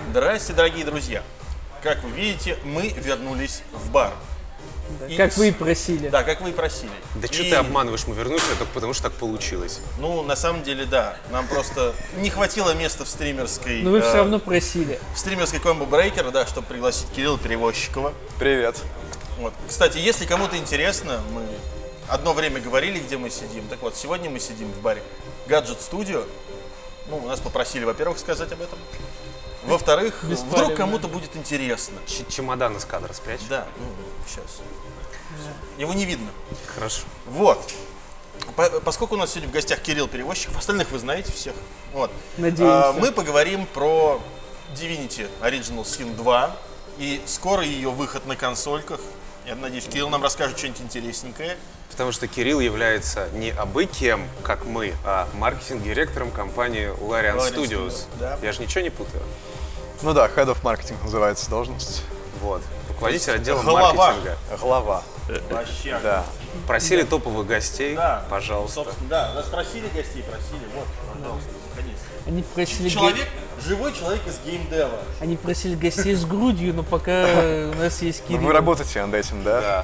Здрасте, дорогие друзья. Как вы видите, мы вернулись в бар. Да, как вы и просили. Да, как вы и просили. Да что ты обманываешь, мы вернулись только потому, что так получилось. Ну, на самом деле, да. Нам просто не хватило места в стримерской... Но вы все равно просили. В стримерской Combo Breaker, да, чтобы пригласить Кирилла Перевозчикова. Привет. Вот. Кстати, если кому-то интересно, мы одно время говорили, где мы сидим. Так вот, сегодня мы сидим в баре Gadget Studio. Ну, нас попросили, во-первых, сказать об этом. Во-вторых, вдруг кому-то будет интересно. Чемодан из кадра спрячь. Да, ну, сейчас. Его не видно. Хорошо. Вот. Поскольку у нас сегодня в гостях Кирилл Перевозчиков, остальных вы знаете всех. Вот. Надеемся. Мы поговорим про Divinity Original Sin 2 и скоро ее выход на консольках. Я надеюсь, Кирилл нам расскажет что-нибудь интересненькое. Потому что Кирилл является не абы кем, как мы, а маркетинг-директором компании Larian Studios. Да. Я же ничего не путаю. Ну да, Head of Marketing называется должность. Вот. Руководитель отдела Глава. маркетинга. Глава. Вообще. Да. Просили топовых гостей. Да. Пожалуйста. Собственно, да, нас просили гостей, просили. Вот, пожалуйста, заходите. Они просили Человек, живой человек из геймдева. Они просили гостей с грудью, но пока у нас есть Кирилл. Вы работаете над этим, да? Да.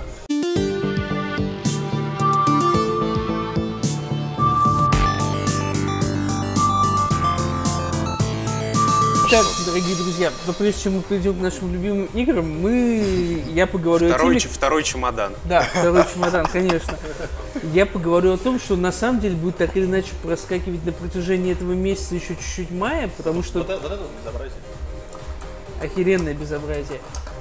Так, дорогие друзья, но прежде чем мы перейдем к нашим любимым играм, я поговорю о теме... Второй чемодан. Да, второй чемодан, конечно. Я поговорю о том, что на самом деле будет так или иначе проскакивать на протяжении этого месяца еще чуть-чуть мая, потому что... Вот это безобразие. Охеренное безобразие.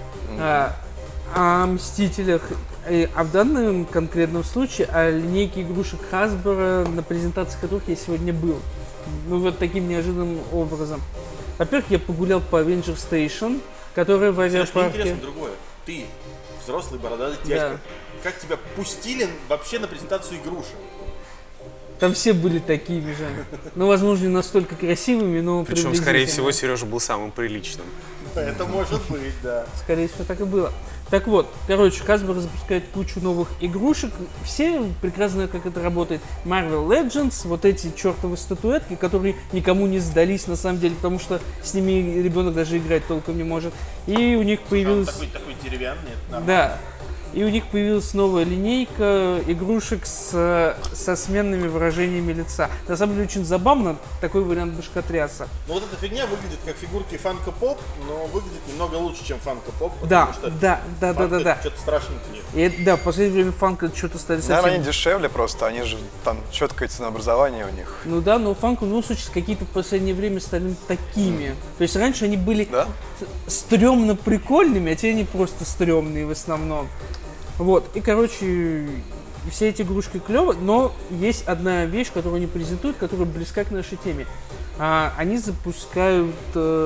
О Мстителях, а в данном конкретном случае о линейке игрушек Hasbro, на презентации которых я сегодня был. Ну вот таким неожиданным образом. Во-первых, я погулял по Avenger Station, которая в авиапарке... Мне интересно другое. Ты, взрослый бородатый дядька, Да. как тебя пустили вообще на презентацию игрушек? Там все были такими же. Ну, возможно, не настолько красивыми, но Причем, скорее всего, приблизительно. Сережа был самым приличным. Это может быть, да. Скорее всего, так и было. Так вот, короче, Hasbro запускает кучу новых игрушек. Все прекрасно знают, как это работает. Marvel Legends, вот эти чертовы статуэтки, которые никому не сдались на самом деле, потому что с ними ребенок даже играть толком не может. И у них появилась... Такой деревянный, это нормально. Да. И у них появилась новая линейка игрушек со сменными выражениями лица. На самом деле очень забавно, такой вариант башкотряса. Но вот эта фигня выглядит как фигурки Funko Pop, но выглядит немного лучше, чем Funko Pop. Да, потому что да. Что-то страшненькое. И это, да, в последнее время фанка что-то стали совсем... Наверное, они дешевле просто, они же там четкое ценообразование у них. Ну да, но фанка в любом случае какие-то в последнее время стали такими. То есть раньше они были Да? стрёмно прикольными, а теперь они просто стрёмные в основном. Вот, и короче, все эти игрушки клёвые, но есть одна вещь, которую они презентуют, которая близка к нашей теме. Они запускают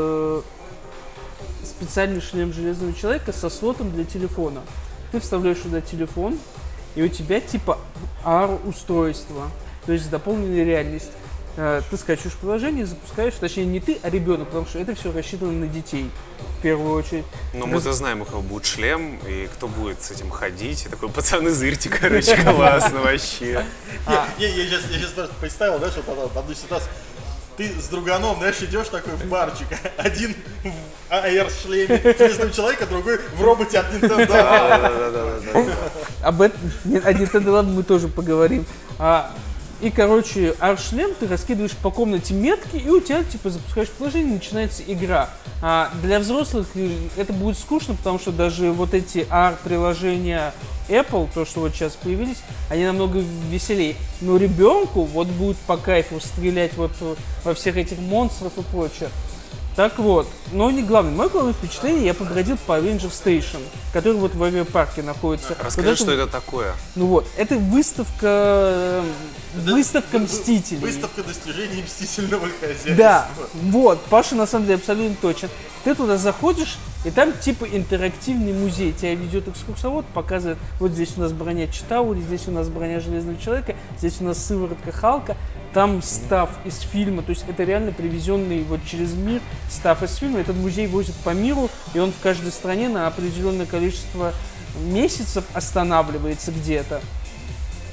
специальный шлем Железного Человека со слотом для телефона. Ты вставляешь сюда телефон, и у тебя типа AR-устройство, то есть дополненная реальность. Ты скачиваешь приложение, запускаешь, точнее не ты, а ребенок, потому что это все рассчитано на детей в первую очередь. Но мы-то знаем, у кого будет шлем, и кто будет с этим ходить. И такой, пацаны, зырьте, короче, классно вообще. Я сейчас просто представил, знаешь, вот одну ситуацию. Ты с друганом, знаешь, идешь такой в барчик, один в AR-шлеме Железного Человека, другой в роботе от Nintendo. Да-да-да. Об этом, о Nintendo ладно, мы тоже поговорим. И, короче, AR-шлем ты раскидываешь по комнате метки, и у тебя, типа, запускаешь приложение, начинается игра. Для взрослых это будет скучно, потому что даже вот эти AR-приложения Apple, то, что вот сейчас появились, они намного веселее. Но ребенку вот будет по кайфу стрелять вот во всех этих монстров и прочее. Так вот, но не главное. Мое главное впечатление, я побродил по Avenger Station, который вот в авиапарке находится. Расскажи, вот что это такое. Ну вот, это выставка Мстителей. Выставка достижений Мстительного хозяйства. Да, вот, Паша на самом деле абсолютно точен. Ты туда заходишь, и там типа интерактивный музей. Тебя ведет экскурсовод, показывает, вот здесь у нас броня Читаури, здесь у нас броня Железного Человека, здесь у нас сыворотка Халка. Там став из фильма, то есть это реально привезенный вот через мир став из фильма. Этот музей возит по миру, и он в каждой стране на определенное количество месяцев останавливается где-то.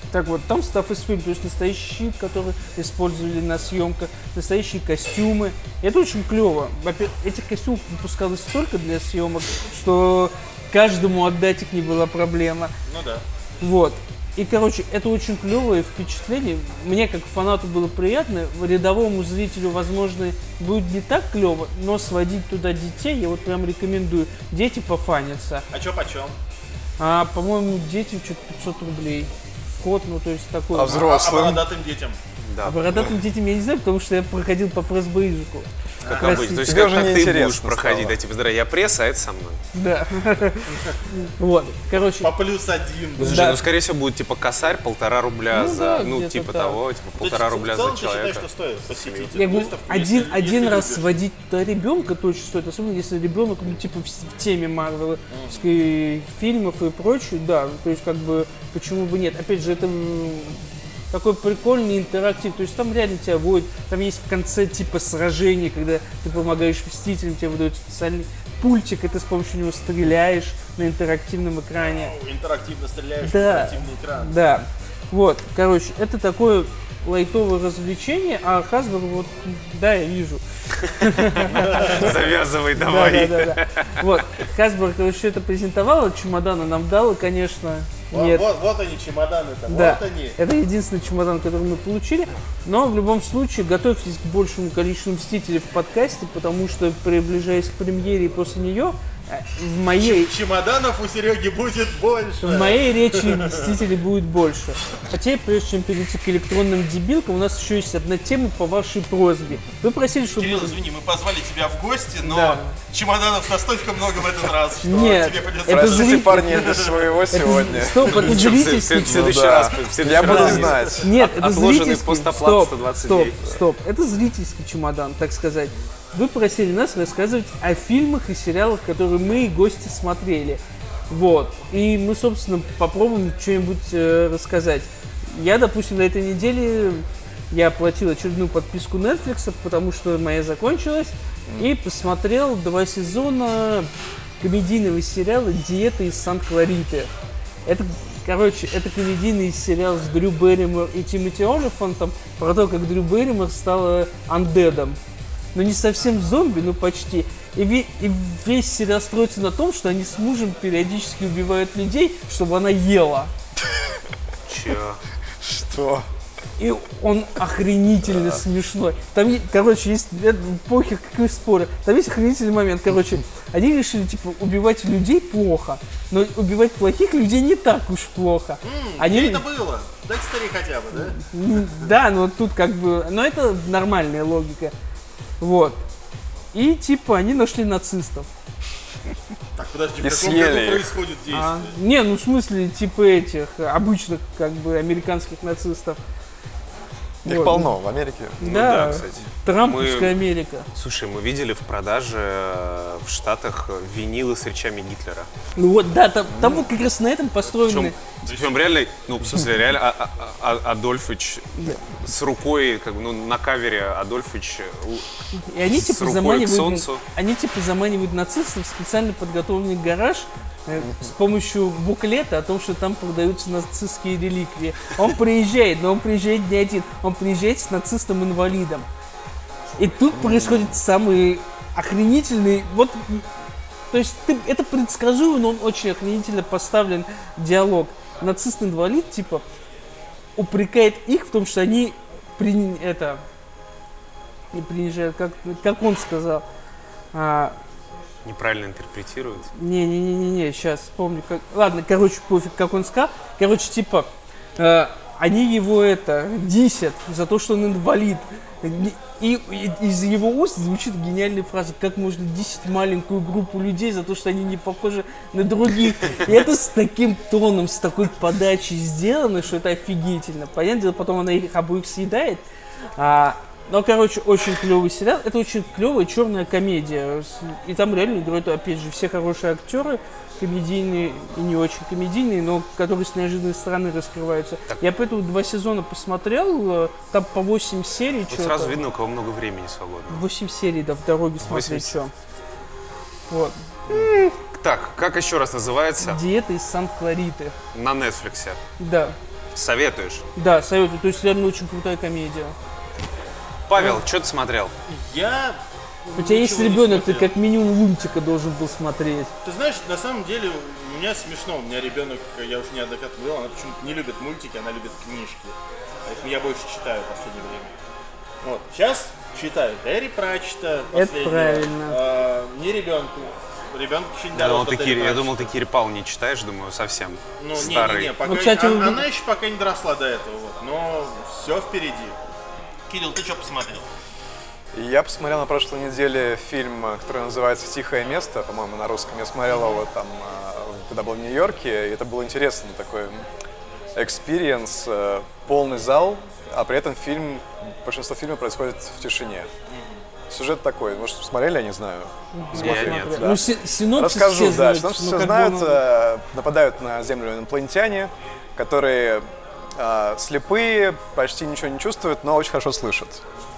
Так вот, там став из фильма, то есть настоящий щит, который использовали на съемках, настоящие костюмы. И это очень клево. Этих костюмов выпускалось столько для съемок, что каждому отдать их не была проблема. Ну да. Вот. И, короче, это очень клевое впечатление. Мне, как фанату, было приятно. Рядовому зрителю, возможно, будет не так клево, но сводить туда детей я вот прям рекомендую. Дети пофанятся. А чё почем? По-моему, дети что-то 500 рублей. Вход, ну, то есть такой. А взрослым? бородатым детям? Да. Бородатым детям я не знаю, потому что я проходил по пресс-бейджику. Как Простите. обычно. То есть Тебе как уже ты будешь неинтересно проходить, стало. да, типа, здравия, я пресса, а это со мной. Да. Вот, короче. По +1. Ну, слушай, ну, скорее всего, будет, типа, косарь, 1,5 рубля Ну за, да, ну, где-то типа так. того, типа, 1,5 рубля в целом за ты считаешь, человека. что стоит посетить Я говорю, выставку, один если раз любишь? сводить туда ребенка точно стоит, особенно если ребенок, ну, типа, в теме марвеловских фильмов и прочее, да, то есть, как бы, почему бы нет. Опять же, это такой прикольный интерактив, то есть там реально тебя водят, там есть в конце типа сражений, когда ты помогаешь Мстителям, тебе выдают специальный пультик, и ты с помощью него стреляешь на интерактивном экране. Интерактивно стреляешь, Да. интерактивный экран. Да, вот, короче, это такое лайтовое развлечение, а Hasbro, вот, да, я вижу. Завязывай давай. Да. Вот, Hasbro, короче, это презентовала, чемоданы нам дала, конечно, нет. Вот они, чемоданы-то, Да, вот они. это единственный чемодан, который мы получили. Но в любом случае готовьтесь к большему количеству Мстителей в подкасте, потому что, приближаясь к премьере и после нее, в моей Чемоданов у Сереги будет больше. В моей речи Мстителей будет больше. А теперь, прежде чем перейти к электронным дебилкам, у нас еще есть одна тема по вашей просьбе. Вы просили, чтобы... Кирилл, извини, мы позвали тебя в гости, но Да. чемоданов настолько много в этот раз, что Нет, тебе придется... это Простите, зритель. парни, это своего сегодня. Стоп, это Ничего, зрительский... в следующий да. раз. в следующий Я буду раз. знать. Нет, это Отложенный зрительский... постоплат 120 дней. Стоп. Это зрительский чемодан, так сказать. Вы просили нас рассказывать о фильмах и сериалах, которые мы и гости смотрели. Вот. И мы, собственно, попробуем что-нибудь рассказать. Я, допустим, на этой неделе я оплатил очередную подписку Netflix, потому что моя закончилась, и посмотрел 2 сезона комедийного сериала «Диета из Санта-Клариты». Это, короче, это комедийный сериал с Дрю Берримор и Тимоти Олифантом про то, как Дрю Берримор стала андедом. Ну, не совсем зомби, но почти. И весь сериал строится на том, что они с мужем периодически убивают людей, чтобы она ела. Чё? Что? И он охренительно смешной. Там, короче, есть... Похер, какие споры. Там есть охренительный момент. Короче, они решили, типа, убивать людей плохо, но убивать плохих людей не так уж плохо. Где это было? Декстери хотя бы, да? Да, но тут как бы... Но это нормальная логика. Вот. И, типа, они нашли нацистов. Так, подожди, И в каком съели году их. происходит действие? Не, ну в смысле, типа этих обычных, как бы, американских нацистов. Их Вот. полно в Америке. Да, да, кстати. Трамповская Америка. Слушай, мы видели в продаже в Штатах винилы с речами Гитлера. Ну вот, да, там вот как раз на этом построены. Причем реально, ну, в смысле, реально Адольфыч с рукой, как бы, ну, на кавере Адольфыч И они с типа рукой к заманивают, солнцу. заманивают нацистов в специально подготовленный гараж с помощью буклета о том, что там продаются нацистские реликвии. Он приезжает, но он приезжает не один, он приезжает с нацистом-инвалидом. И тут происходит самый охренительный, вот, то есть это предсказуемо, но он очень охренительно поставлен диалог. Нацист-инвалид, типа, упрекает их в том, что они не принижают, как он сказал. Неправильно интерпретируют. Не, сейчас вспомню. Ладно, короче, пофиг, как он сказал. Короче, типа, они его дисят за то, что он инвалид. И из его уст звучит гениальная фраза: как можно дисить маленькую группу людей за то, что они не похожи на других. И это с таким тоном, с такой подачей сделано, что это офигительно. Понятное дело, потом она их обоих съедает. Но, короче, очень клевый сериал. Это очень клевая черная комедия. И там реально играют, опять же, все хорошие актеры, комедийные и не очень комедийные, но которые с неожиданной стороны раскрываются. Так. Я поэтому 2 сезона посмотрел, там по 8 серий. Вот сразу видно, у кого много времени свободно. 8 серий, да, в дороге смотреть, 8. что. Вот. Так, как еще раз называется? Диета из Санта-Клариты. На Netflix. Да. Советуешь? Да, советую. То есть реально очень крутая комедия. Павел, что ты смотрел? Я У тебя есть ничего не ребенок, ты смотрел. как минимум Лунтика должен был смотреть. Ты знаешь, на самом деле, у меня смешно. У меня ребенок, я уже неоднократно говорил, она почему-то не любит мультики, она любит книжки. Поэтому я больше читаю в последнее время. Вот. Сейчас читаю Терри Пратчетта. последнего. правильно. Не ребенку. Ребенок еще не Я дорос думал, до ты Терри Кири, я Пратчетта. думал, ты Кири Пал не читаешь, думаю, совсем Ну, старый. не, пока, Ну, кстати, она еще пока не доросла до этого. Вот. Но все впереди. Кирилл, ты что посмотрел? И я посмотрел на прошлой неделе фильм, который называется «Тихое место», по-моему, на русском. Я смотрел его там, когда был в Нью-Йорке, и это был интересный такой экспириенс, полный зал, а при этом большинство фильма происходит в тишине. Сюжет такой, может, смотрели, я не знаю. Я нет. Да. Ну, синопсис Расскажу, все да, знают. синопсис Ну, все как бы знают, он- нападают на Землю инопланетяне, которые слепые, почти ничего не чувствуют, но очень хорошо слышат.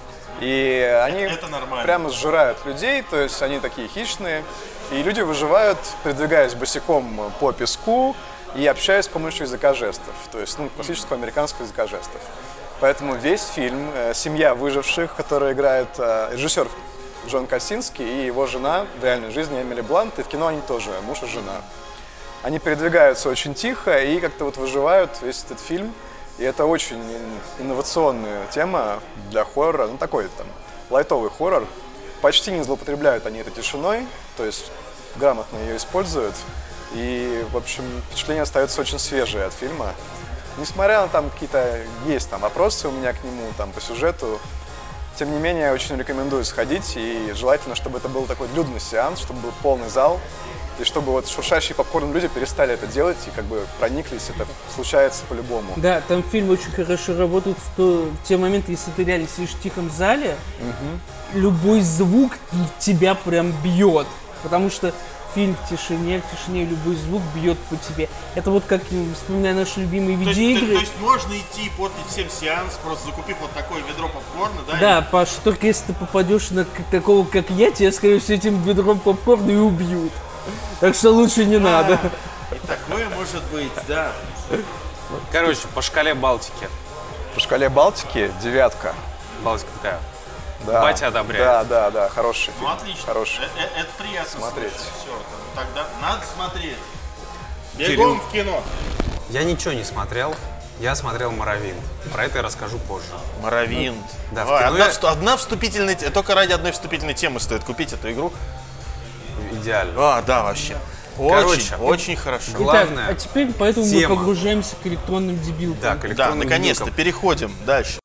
И они Это нормально. прямо сжирают людей, то есть они такие хищные, и люди выживают, передвигаясь босиком по песку и общаясь с помощью языка жестов, то есть классического американского языка жестов. Поэтому весь фильм «Семья выживших», которую играет режиссер Джон Косинский и его жена в реальной жизни Эмили Блант, и в кино они тоже муж и жена. Они передвигаются очень тихо и как-то вот выживают весь этот фильм. И это очень инновационная тема для хоррора, ну такой там лайтовый хоррор. Почти не злоупотребляют они этой тишиной, то есть грамотно ее используют. И, в общем, впечатление остается очень свежее от фильма. Несмотря на там какие-то есть там вопросы у меня к нему там по сюжету, тем не менее, я очень рекомендую сходить, и желательно, чтобы это был такой людный сеанс, чтобы был полный зал, и чтобы вот шуршащие попкорн люди перестали это делать и как бы прониклись, это случается по-любому. Да, там фильм очень хорошо работает в те моменты, если ты реально сидишь в тихом зале, любой звук тебя прям бьет. Потому что фильм в тишине любой звук бьет по тебе. Это вот как, вспоминая наши любимые То видеоигры. есть можно идти и портить всем сеанс, просто закупив вот такое ведро попкорна, да? Да, Паш, только если ты попадешь на такого, как я, тебя, скорее всего, этим ведром попкорна и убьют. Так что лучше не надо. И такое может быть, да. Короче, по шкале Балтики. По шкале Балтики 9. Балтика такая. Да. Батя одобряет. Да, хороший Ну фильм. отлично. Хороший. Это приятно Смотреть. слышать. Все, тогда надо смотреть. Бегом в кино. Я ничего не смотрел. Я смотрел «Моровинд». Про это я расскажу позже. Моровинд. Да, Давай, в кино одна вступительная, только ради одной вступительной темы стоит купить эту игру. Идеально. Да, вообще. Короче, очень хорошо. Главное, Итак, а теперь поэтому тема. мы погружаемся к электронным дебилкам. Да, к Да, электронным наконец-то, дебилкам. переходим дальше.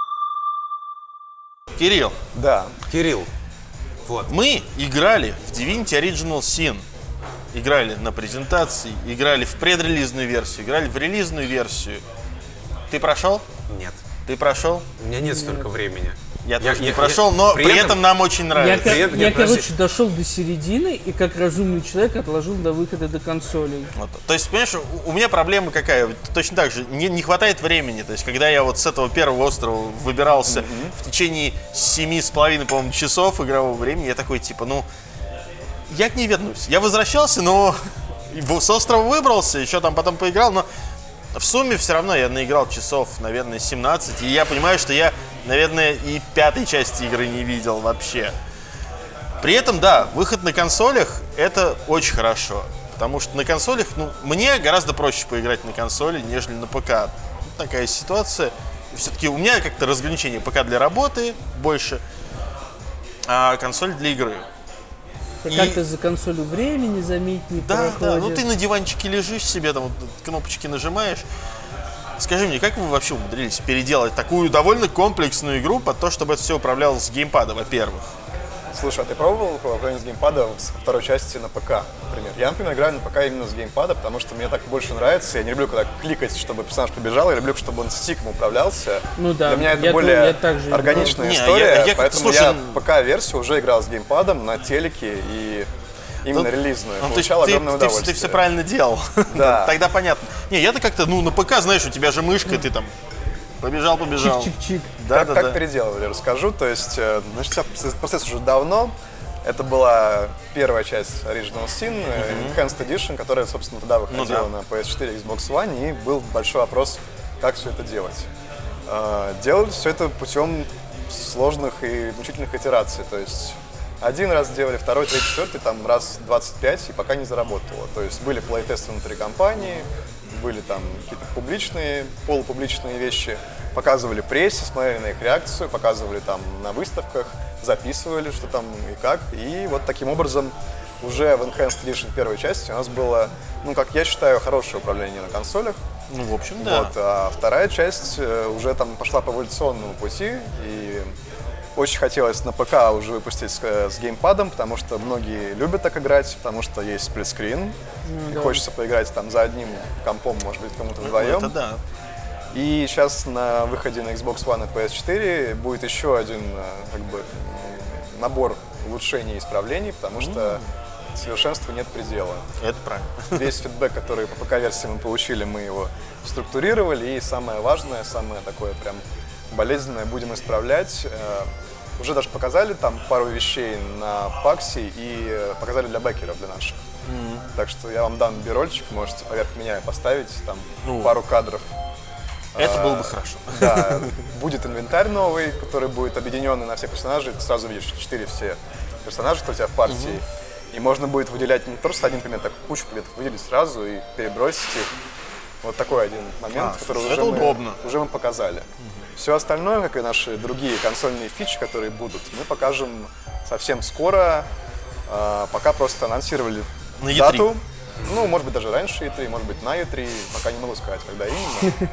Кирилл, Да. Кирилл, вот. мы играли в Divinity Original Sin. Играли на презентации, играли в предрелизную версию, играли в релизную версию. Ты прошел? Нет. Ты прошел? У меня нет столько времени. Я тоже не прошел, но при этом нам очень Я, нравится. Нет, я, подожди. короче, дошел до середины и как разумный человек отложил до выхода до консолей. Вот. То есть, понимаешь, у меня проблема какая? Точно так же, не хватает времени. То есть, когда я вот с этого первого острова выбирался в течение 7,5, по-моему, часов игрового времени, я такой, типа, я не вернусь. Я возвращался, но с острова выбрался, еще там потом поиграл, но в сумме все равно я наиграл часов, наверное, 17, и я понимаю, что я, наверное, и пятой части игры не видел вообще. При этом, да, выход на консолях — это очень хорошо, потому что на консолях, мне гораздо проще поиграть на консоли, нежели на ПК. Такая ситуация. Все-таки у меня как-то разграничение ПК для работы больше, а консоль для игры. И- Как-то за консолью времени заметить не Да, проходит. ты на диванчике лежишь себе, там вот кнопочки нажимаешь. Скажи мне, как вы вообще умудрились переделать такую довольно комплексную игру под то, чтобы это все управлялось с геймпада, во-первых? Слушай, а ты пробовал управление с геймпада во второй части на ПК, например? Я, например, играю на ПК именно с геймпада, потому что мне так больше нравится. Я не люблю, когда кликать, чтобы персонаж побежал, я люблю, чтобы он стиком управлялся. Ну да, Для меня это я более также играл. органичная Не, история, я как-то, поэтому слушай, я ПК-версию уже играл с геймпадом на телеке и именно релизную. То есть Получал огромное ты удовольствие. все правильно делал. Да. Тогда понятно. Не, я-то как-то, на ПК, знаешь, у тебя же мышка, ты там побежал. Чик-чик-чик. Да, Как переделывали, расскажу. То есть, начался процесс уже давно. Это была первая часть Original Sin, Enhanced Edition, которая, собственно, тогда выходила да. на PS4 и Xbox One. И был большой вопрос, как все это делать. Делали все это путем сложных и мучительных итераций. То есть один раз сделали, второй, третий, четвертый, там раз 25, и пока не заработало. То есть были плей-тесты внутри компании, были там какие-то публичные, полупубличные вещи, показывали прессе, смотрели на их реакцию, показывали там на выставках, записывали, что там и как. И вот таким образом уже в Enhanced Edition первой части у нас было, ну, как я считаю, хорошее управление на консолях. Ну, в общем, да. Вот, а вторая часть уже там пошла по эволюционному пути, и очень хотелось на ПК уже выпустить с геймпадом, потому что многие любят так играть, потому что есть сплитскрин, и хочется поиграть там за одним компом, может быть, кому-то вдвоем. Это да. И сейчас на выходе на Xbox One и PS4 будет еще один как бы набор улучшений и исправлений, потому что совершенству нет предела. Это правильно. Весь фидбэк, который по ПК-версии мы получили, мы его структурировали, и самое важное, самое такое прям болезненное будем исправлять. Уже даже показали там пару вещей на паксе и показали для бэкеров, для наших. Так что я вам дам бирольчик, можете поверх меня поставить, там пару кадров. Это было бы хорошо. Да, будет инвентарь новый, который будет объединенный на всех персонажей. Ты сразу видишь 4 все персонажа, кто у тебя в партии. И можно будет выделять не просто один предмет, а кучу предметов выделить сразу и перебросить их. Вот такой один момент, который уже мы показали. Все остальное, как и наши другие консольные фичи, которые будут, мы покажем совсем скоро. Пока просто анонсировали на дату. Ну, может быть, даже раньше E3, может быть, на E3. Пока не могу сказать, когда именно.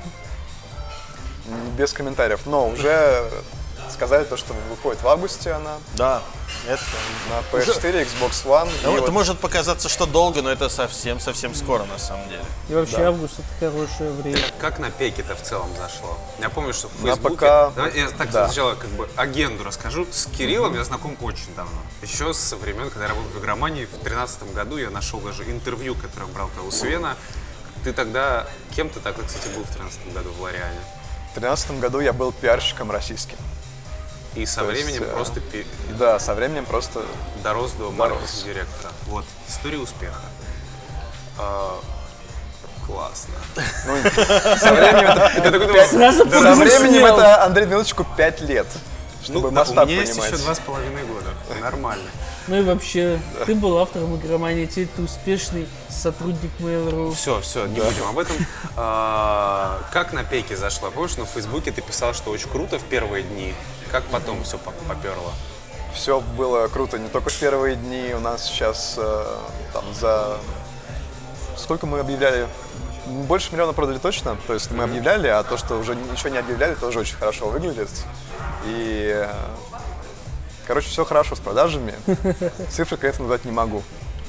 Без комментариев. Но уже сказали то, что выходит в августе она. Да, это на PS4, Xbox One. Ну, это может показаться, что долго, но это совсем скоро на самом деле. И вообще август — это хорошее время. Как на пеке-то в целом зашло? Я помню, что в На Фейсбуке... ПК, Я так сначала как бы агенду расскажу. С Кириллом я знаком очень давно. Еще со времен, когда я работал в игромании, в 2013 году я нашел даже интервью, которое брал у Свена. Ты тогда... Кем ты тогда, кстати, был в 2013 году в Лориане? В 2013 году я был пиарщиком российским. И со временем просто... Да, со временем просто... Дорос до маркетинг-директора. Вот, история успеха. Классно. Со временем это, Андрей Даниловичу, 5 лет, чтобы масштаб понимать. У меня есть еще 2,5 года. Нормально. Ну и вообще, ты был автором игромании, теперь ты успешный сотрудник Mail.ru. Все, не будем об этом. Как на пеке зашла? Помнишь, на Фейсбуке ты писал, что очень круто в первые дни. Как потом все поперло? Все было круто не только в первые дни. У нас сейчас там за... Сколько мы объявляли? Больше миллиона продали точно. То есть мы объявляли, а то, что уже ничего не объявляли, тоже очень хорошо выглядит. И... Короче, все хорошо с продажами. Цифры, конечно, назвать не могу.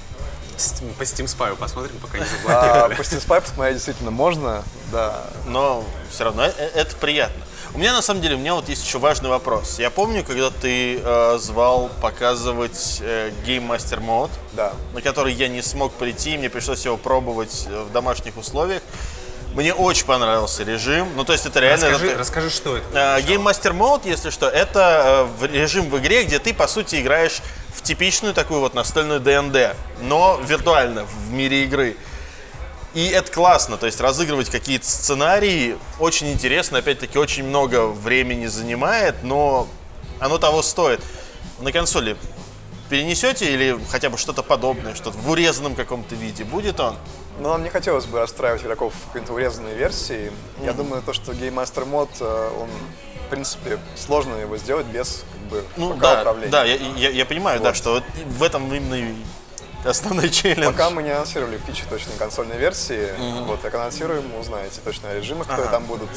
По Steam Spy посмотрим, пока не заблокировали. По Steam Spy посмотреть действительно можно, да. Но все равно это приятно. У меня, на самом деле, вот есть еще важный вопрос. Я помню, когда ты звал показывать Game Master Mode, да, на который я не смог прийти, мне пришлось его пробовать в домашних условиях. Мне очень понравился режим. Ну, то есть это реально... Расскажи, что это. Game Master Mode, если что, это режим в игре, где ты, по сути, играешь в типичную такую вот настольную ДНД, но виртуально, в мире игры. И это классно, то есть разыгрывать какие-то сценарии очень интересно, опять-таки очень много времени занимает, но оно того стоит. На консоли перенесете или хотя бы что-то подобное, что-то в урезанном каком-то виде, будет он? Но нам не хотелось бы расстраивать игроков в какой-то урезанной версии. Я думаю, то, что Game Master Mode, он, в принципе, сложно его сделать без ПК-управления. Да, я понимаю, вот. Да, что вот в этом именно и основной челлендж. Пока мы не анонсировали фичи точной консольной версии, вот как анонсируем, узнаете точно о режимах, которые там будут.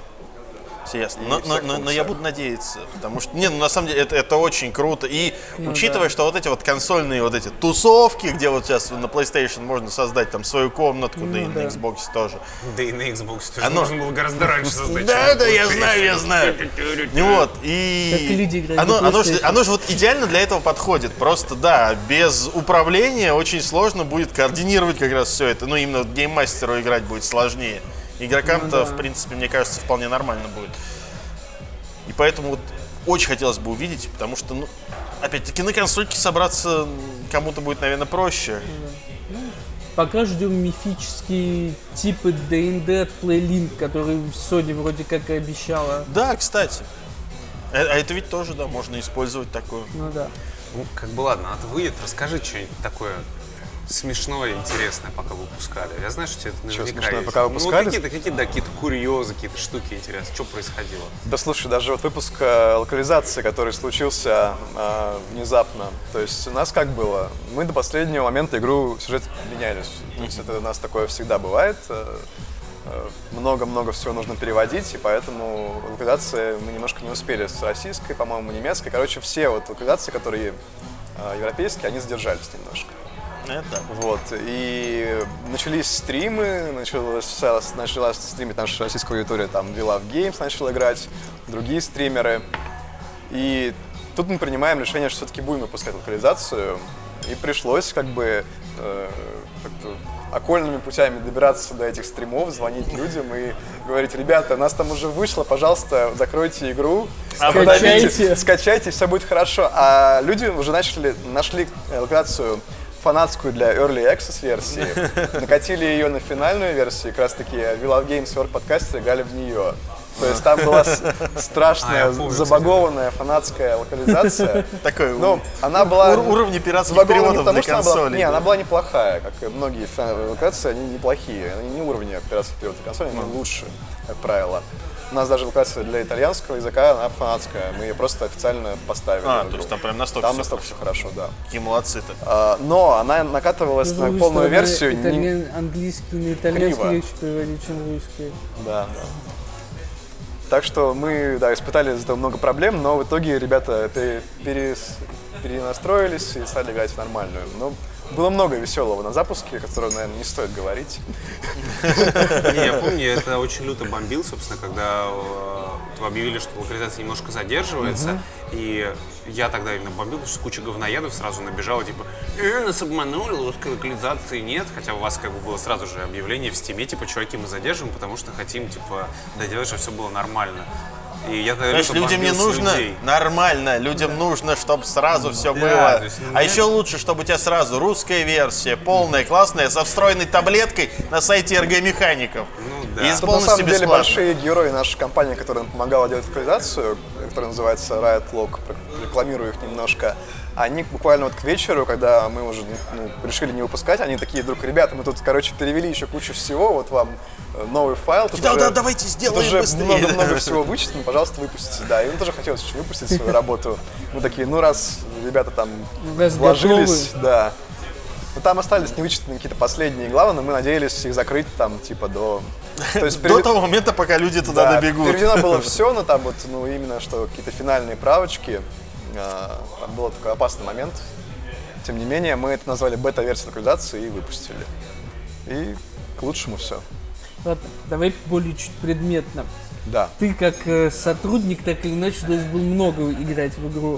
Ясно. Но я буду надеяться, потому что, на самом деле, это очень круто. И учитывая, что вот эти вот консольные вот эти тусовки, где вот сейчас на PlayStation можно создать там свою комнатку, да и на Xbox тоже. Да и на Xbox тоже можно было гораздо раньше создать. Да, я знаю. Вот, и оно же вот идеально для этого подходит. Просто, да, без управления очень сложно будет координировать как раз все это. Ну, именно гейммастеру играть будет сложнее. Игрокам-то, в принципе, мне кажется, вполне нормально будет. И поэтому вот очень хотелось бы увидеть, потому что, опять-таки, на консольке собраться кому-то будет, наверное, проще. Пока ждем мифические типы D&D от PlayLink, который Sony вроде как и обещала. Да, кстати. А это ведь тоже, да, можно использовать такое. Ну да. Ну, как бы ладно, а ты выйдет, расскажи что-нибудь такое смешное, интересное, пока выпускали. Я знаю, что тебе это наверняка смешное, есть. пока выпускали? Ну, какие-то курьезы, какие-то штуки интересные. Что происходило? Да слушай, даже вот выпуск локализации, который случился внезапно, то есть у нас как было? Мы до последнего момента игру сюжет менялись. То есть это у нас такое всегда бывает. Много-много всего нужно переводить, и поэтому локализации мы немножко не успели с российской, по-моему, немецкой. Короче, все вот локализации, которые европейские, они задержались немножко. Это. Вот, и начались стримы, начала стримить наша российская аудитория, там, We Love Games начал играть, другие стримеры. И тут мы принимаем решение, что все-таки будем выпускать локализацию, и пришлось как бы как-то окольными путями добираться до этих стримов, звонить людям и говорить: ребята, у нас там уже вышло, пожалуйста, закройте игру, скачайте, все будет хорошо. А люди уже нашли локализацию фанатскую для Early Access версии, накатили ее на финальную версию, как раз таки We Love Games World подкастеры играли в нее. То есть там была страшная, забагованная фанатская локализация. Такой она была уровни пиратских переводов для консолей. Не, она была неплохая, как и многие локализации, они неплохие. Они не уровня пиратских переводов для консолей, они лучше, как правило. У нас даже локализация для итальянского языка, она фанатская. Мы ее просто официально поставили. То есть там прям настолько там настолько все хорошо, да. Какие молодцы-то. Но она накатывалась на полную версию. Английский на итальянский легче переводить, чем русский. Да. Так что мы, испытали из этого много проблем, но в итоге ребята перенастроились и стали играть в нормальную. Но было много веселого на запуске, которое, наверное, не стоит говорить. Я помню, я это очень люто бомбил, собственно, когда объявили, что локализация немножко задерживается, и я тогда именно бомбил, потому что куча говноедов сразу набежала, типа, нас обманули, русской локализации нет, хотя у вас как бы было сразу же объявление в стиме, типа, чуваки, мы задерживаем, потому что хотим, типа, доделать, чтобы все было нормально. И я тогда людям не нужно нормально, людям нужно, чтобы сразу все было. А еще лучше, чтобы у тебя сразу русская версия, полная, классная, со встроенной таблеткой на сайте РГ-механиков. Да. И Тут, на самом деле, большие герои нашей компании, которая нам помогала делать локализацию, которая называется Riot Log, рекламирую их немножко, они буквально вот к вечеру, когда мы уже решили не выпускать, они такие: вдруг, ребята, мы тут, перевели еще кучу всего, вот вам новый файл. Давайте сделаем быстрее. Много всего вычислим, пожалуйста, выпустите. Да, и им тоже хотелось еще выпустить свою работу. Мы такие: раз ребята там вложились, да. Но там остались невычисленные какие-то последние главы, но мы надеялись их закрыть там типа до... То есть, до того момента, пока люди туда добегут. Переведено было все, но там вот, именно что какие-то финальные правочки. Там был такой опасный момент. Тем не менее, мы это назвали бета-версией локализации и выпустили. И к лучшему все. Ладно, давай более чуть предметно. Да. Ты как сотрудник, так или иначе, должен был много играть в игру.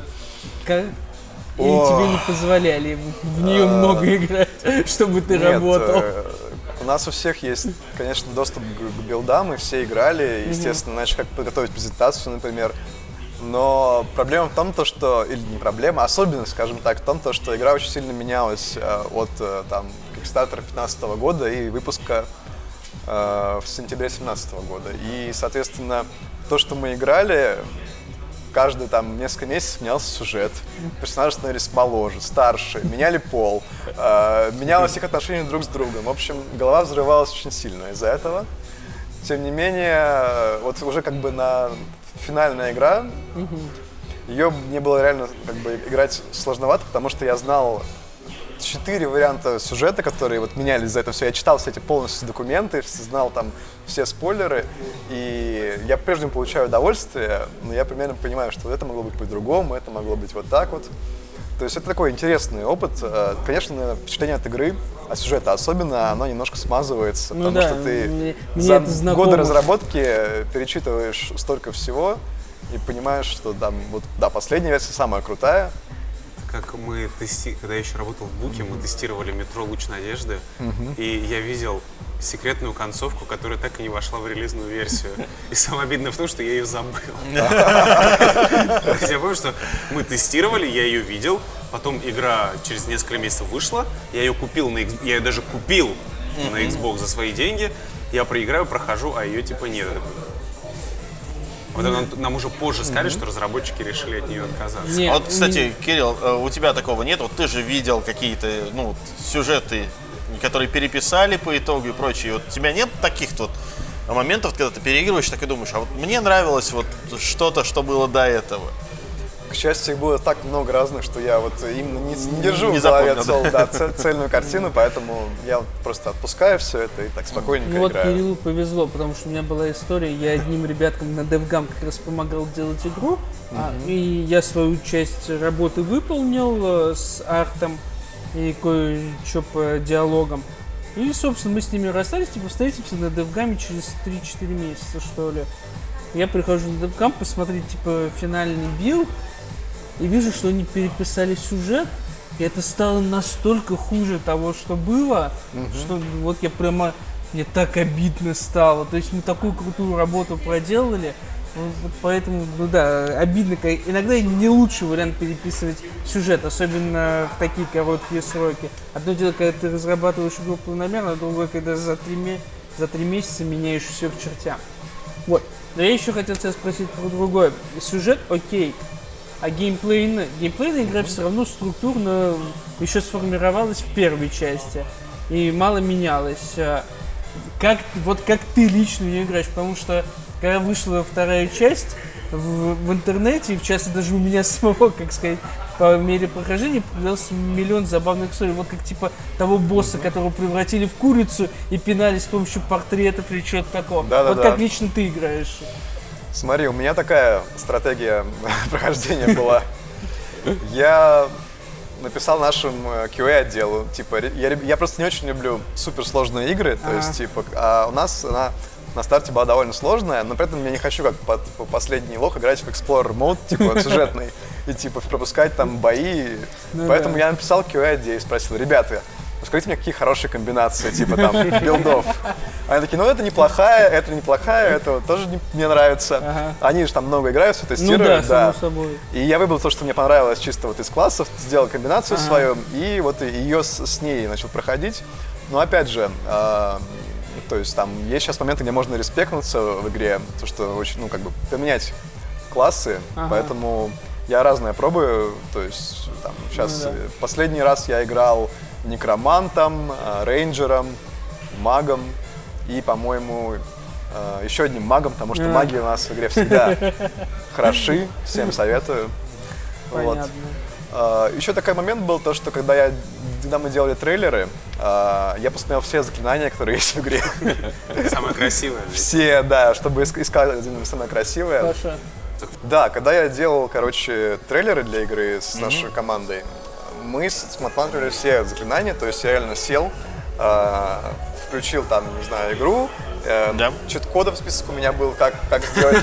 Или тебе не позволяли в нее много играть, чтобы ты работал? У нас у всех есть, конечно, доступ к билдам, и все играли. Естественно, начали как подготовить презентацию, например. Но проблема в том, или не проблема, особенность, скажем так, в том, что игра очень сильно менялась от Kickstarter 2015 года и выпуска в сентябре 2017 года. И, соответственно, то, что мы играли, каждые несколько месяцев менялся сюжет, персонажи становились моложе, старше, меняли пол, менялось их отношение друг с другом. В общем, голова взрывалась очень сильно из-за этого. Тем не менее, вот уже на финальная игра, ее мне было реально играть сложновато, потому что я знал 4 варианта сюжета, которые менялись за это все. Я читал все эти полностью документы, знал там все спойлеры, и я прежде получаю удовольствие, но я примерно понимаю, что это могло быть по-другому, это могло быть вот так вот. То есть это такой интересный опыт. Конечно, впечатление от игры, а сюжета особенно, оно немножко смазывается, потому что ты за годы разработки перечитываешь столько всего и понимаешь, что последняя версия самая крутая. Как мы когда я еще работал в Буке, мы тестировали метро «Луч надежды», и я видел секретную концовку, которая так и не вошла в релизную версию. И самое обидное в том, что я ее забыл. Я помню, что мы тестировали, я ее видел, потом игра через несколько месяцев вышла, я ее купил я ее даже купил на Xbox за свои деньги, я проиграю, прохожу, а ее типа нет. Вот нам уже позже сказали, что разработчики решили от нее отказаться. Нет, Вот, кстати, Кирилл, у тебя такого нет? Вот ты же видел какие-то, ну, сюжеты, которые переписали по итогу и прочее. Вот у тебя нет таких вот моментов, когда ты переигрываешь, так и думаешь, а вот мне нравилось вот что-то, что было до этого. К счастью, их было так много разных, что я вот именно не держу Не в голове запомнил, цельную картину, поэтому я вот просто отпускаю все это и так спокойненько Ну вот играю. Кириллу повезло, потому что у меня была история, я одним ребяткам на DevGam как раз помогал делать игру, и я свою часть работы выполнил с артом и кое-что по диалогам. И, собственно, мы с ними расстались, типа, встретимся на DevGam через 3-4 месяца, что ли. Я прихожу на DevGam посмотреть, типа, финальный билд, и вижу, что они переписали сюжет, и это стало настолько хуже того, что было, что вот я прямо... Мне так обидно стало. То есть мы такую крутую работу проделали, вот поэтому, ну да, обидно. Иногда не лучший вариант переписывать сюжет, особенно в такие короткие сроки. Одно дело, когда ты разрабатываешь игру планомерно, а другое, когда за 3 месяца меняешь все к чертям. Вот. Но я еще хотел тебя спросить про другое. Сюжет окей, а геймплейная игра все равно структурно еще сформировалась в первой части и мало менялась. Как ты лично в нее играешь? Потому что когда вышла вторая часть в интернете, и в частности даже у меня самого, как сказать, по мере прохождения появился миллион забавных историй. Вот как типа того босса, которого превратили в курицу и пинали с помощью портретов или чего-то такого. Да-да-да. Вот как лично ты играешь? Смотри, у меня такая стратегия прохождения была. Я написал нашему QA-отделу, типа, я просто не очень люблю суперсложные игры, то есть, типа, а у нас она на старте была довольно сложная, но при этом я не хочу, как последний лох, играть в Explorer Mode, типа, сюжетный, и, типа, пропускать там бои. Поэтому я написал QA-отделу и спросил: ребята, скажите мне, какие хорошие комбинации, типа, там, билдов. Они такие: ну, это неплохая, это вот тоже мне нравится. Они же там много играют, все тестируют. Ну да, само собой. И я выбрал то, что мне понравилось чисто вот из классов, сделал комбинацию свою, и вот ее с ней начал проходить. Но опять же, то есть там есть сейчас моменты, где можно респектнуться в игре, то, что очень, ну, как бы поменять классы, поэтому я разное пробую, то есть там сейчас последний раз я играл некромантом, рейнджером, магом и, по-моему, еще одним магом, потому что маги у нас в игре всегда хороши, всем советую. Понятно. Вот. Еще такой момент был, то, что когда мы делали трейлеры, я посмотрел все заклинания, которые есть в игре. Самое красивое. Все, да, чтобы искать самое красивое. Хорошо. Да, когда я делал, короче, трейлеры для игры с нашей командой, мы смотрели все заклинания, то есть я реально сел, включил там, не знаю, игру, чит-кодов в список у меня был, как сделать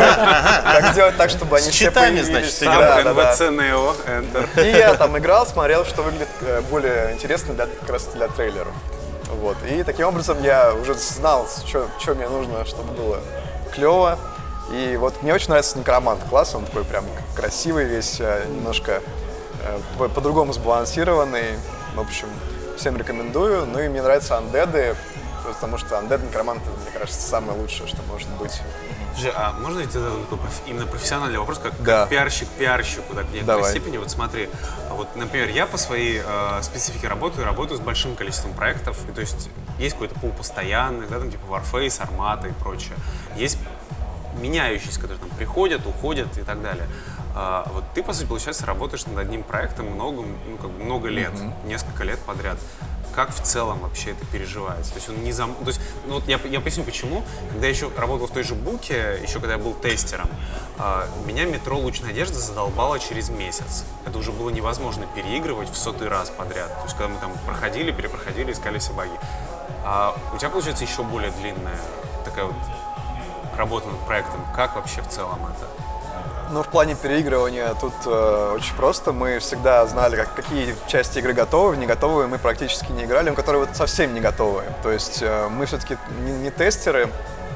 так, чтобы они все появились. Значит, играл. НВЦ Neo, Enter. И я там играл, смотрел, что выглядит более интересно как раз для трейлера. Вот. И таким образом я уже знал, что мне нужно, чтобы было клево. И вот мне очень нравится некромант класс, он такой прям красивый весь, немножко по-другому сбалансированный. В общем, всем рекомендую. Ну и мне нравятся андеды, потому что андед некроманты, мне кажется, самое лучшее, что может быть. Слушай, а можно я тебе задам такой именно профессиональный вопрос, как пиарщик пиарщику, так, в некоторой степени? Вот смотри, вот, например, я по своей специфике работаю с большим количеством проектов, и, то есть какой-то пул постоянных, да, там типа Warface, Armata и прочее. Есть меняющиеся, которые там приходят, уходят и так далее. Вот ты, по сути, получается, работаешь над одним проектом много лет, несколько лет подряд. Как в целом вообще это переживается? То есть он не То есть, ну, вот я поясню почему. Когда я еще работал в той же Буке, еще когда я был тестером, меня метро «Луч надежды» задолбало через месяц. Это уже было невозможно переигрывать в 100-й раз подряд. То есть когда мы там перепроходили, искали все баги. А у тебя, получается, еще более длинная такая вот работа над проектом. Как вообще в целом это? Ну, в плане переигрывания тут очень просто. Мы всегда знали, какие части игры готовы, не готовы. Мы практически не играли, которые вот совсем не готовы. То есть мы все-таки не тестеры,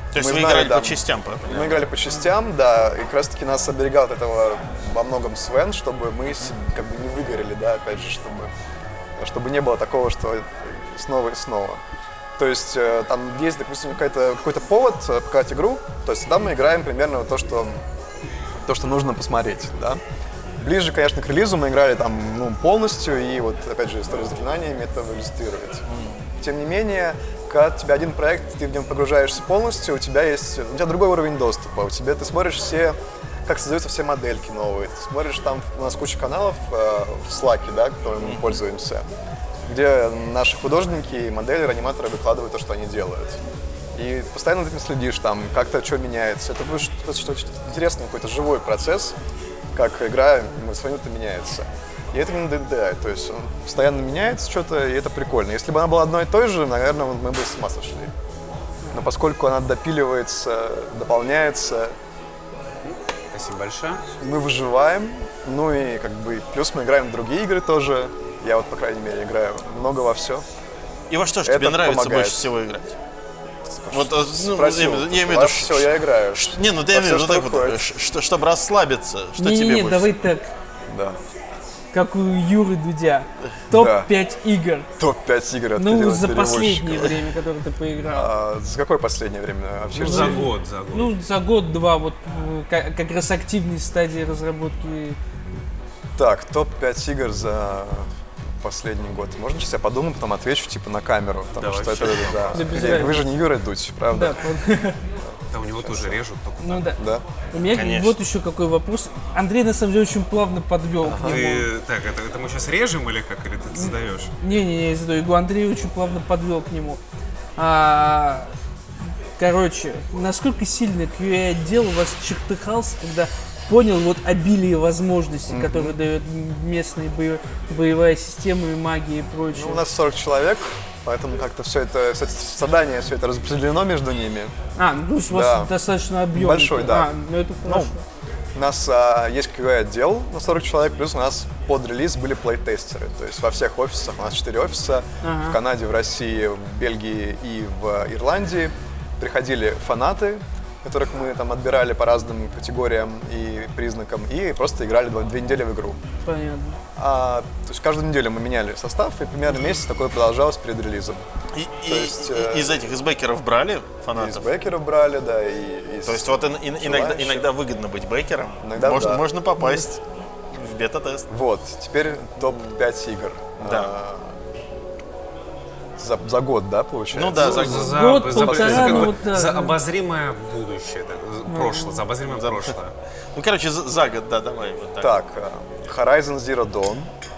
То есть Мы вы знали, играли да, по частям, правильно? Мы играли по частям, да, и как раз таки нас оберегал от этого во многом Свен, чтобы мы как бы не выгорели, да, опять же, чтобы не было такого, что снова и снова. То есть там есть, допустим, какой-то повод показать игру, то есть тогда мы играем примерно то, что нужно посмотреть, да. Ближе, конечно, к релизу мы играли там полностью, и вот, опять же, история с заклинаниями это иллюстрирует. Тем не менее, когда у тебя один проект, ты в нем погружаешься полностью, у тебя другой уровень доступа, ты смотришь как создаются все модельки новые, ты смотришь там, у нас куча каналов в Slack, да, которыми мы пользуемся, где наши художники, модели, аниматоры выкладывают то, что они делают. И постоянно за этим следишь, там, как-то что меняется. Это будет что-то интересное, какой-то живой процесс, как игра сравнительно меняется. И это не надоедает, то есть он постоянно меняется что-то, и это прикольно. Если бы она была одной и той же, наверное, мы бы с ума сошли. Но поскольку она допиливается, дополняется, Спасибо большое. мы выживаем, ну и как бы плюс мы играем в другие игры тоже. Я вот, по крайней мере, играю много во все. И во что же Это тебе нравится помогает. больше всего играть? Вот, Спросил, я имею в во виду, все я играю. не, ну ты Во имею в всё, виду что так вот, выходит. чтобы расслабиться, что тебе Не-не-не, больше? давай так, Да. как у Юры Дудя. Топ-5 игр. Топ-5 игр от Ну, за переводчика. последнее время, которое ты поиграл. За какое последнее время вообще? За год. Ну, за год-два, вот как раз активной стадии разработки. Так, топ-5 игр за последний год. Можно сейчас я подумаю, потом отвечу типа на камеру, потому Да, что вообще. это, да. Да, без Вы разницы. же не Юра Дудь, Да, правда? Да, у него тоже режут только. ну да. Да? У меня Конечно. вот еще какой вопрос. Андрей, на самом деле, очень плавно подвел к нему. Ты, так, это мы сейчас режем или как? Или ты задаешь? Не-не-не, я задаю. Игу Андрей очень плавно подвел к нему. Короче, насколько сильно QA-отдел у вас чертыхался, когда понял вот обилие возможностей, которые дает местная боевая система и магия и прочее. Ну, у нас 40 человек, поэтому как-то все это, задание, все это распределено между ними. Ну, то есть у вас Да. достаточно объемный. Большой, да. Ну это хорошо. У нас есть QA-отдел на 40 человек, плюс у нас под релиз были плейтестеры. То есть во всех офисах, у нас 4 офиса, в Канаде, в России, в Бельгии и в Ирландии приходили фанаты, которых мы там отбирали по разным категориям и признакам, и просто играли 2 недели в игру. Понятно. То есть каждую неделю мы меняли состав, и примерно месяц такое продолжалось перед релизом. Из бэкеров брали Из фанатов? бэкеров брали, да, и из... То есть вот желающих. иногда выгодно быть бэкером, Иногда да. можно попасть в бета-тест. Вот, теперь топ-5 игр. Да. За год, да, получается? Ну да, Год, полтора, ну вот да, за да. обозримое будущее, прошлое, за обозримое прошлое. Ну, короче, за год, да, давай. Вот так. Так, Horizon Zero Dawn.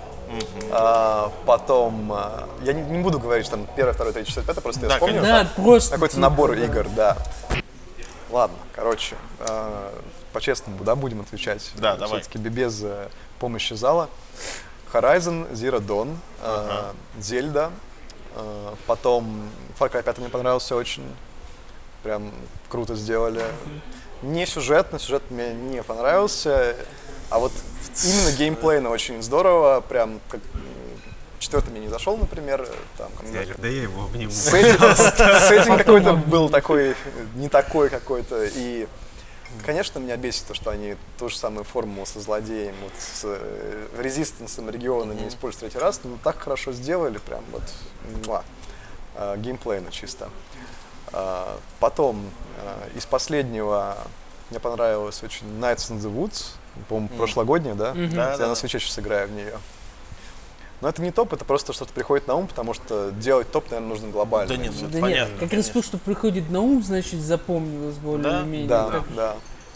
Потом, я не буду говорить, что там 1, 2, 3, 4, 5, просто я Да, вспомню. Да, просто. Какой-то типа, набор да. игр, да. Ладно, короче, по-честному, да, будем отвечать? Да, давай. Все-таки без помощи зала. Horizon Zero Dawn, Зельда, потом Far Cry 5 мне понравился очень, прям круто сделали. Не сюжет мне не понравился, а вот именно геймплейно очень здорово, прям как 4 мне не зашел, например, там, Да я его обниму. Сеттинг какой-то был такой, не такой какой-то, и, конечно, меня бесит то, что они ту же самую формулу со злодеем, вот с резистенсом регионами используют 3 раз, но так хорошо сделали, прям вот, геймплейно чисто. Потом, из последнего мне понравилось очень Nights in the Woods, по-моему, прошлогодняя, да? Да, Я да. на свече сейчас играю в нее. Но это не топ, это просто что-то приходит на ум, потому что делать топ, наверное, нужно глобально. Да нет, Да это нет, понятно. как раз то, что приходит на ум, значит запомнилось более или менее. Да, Так, да.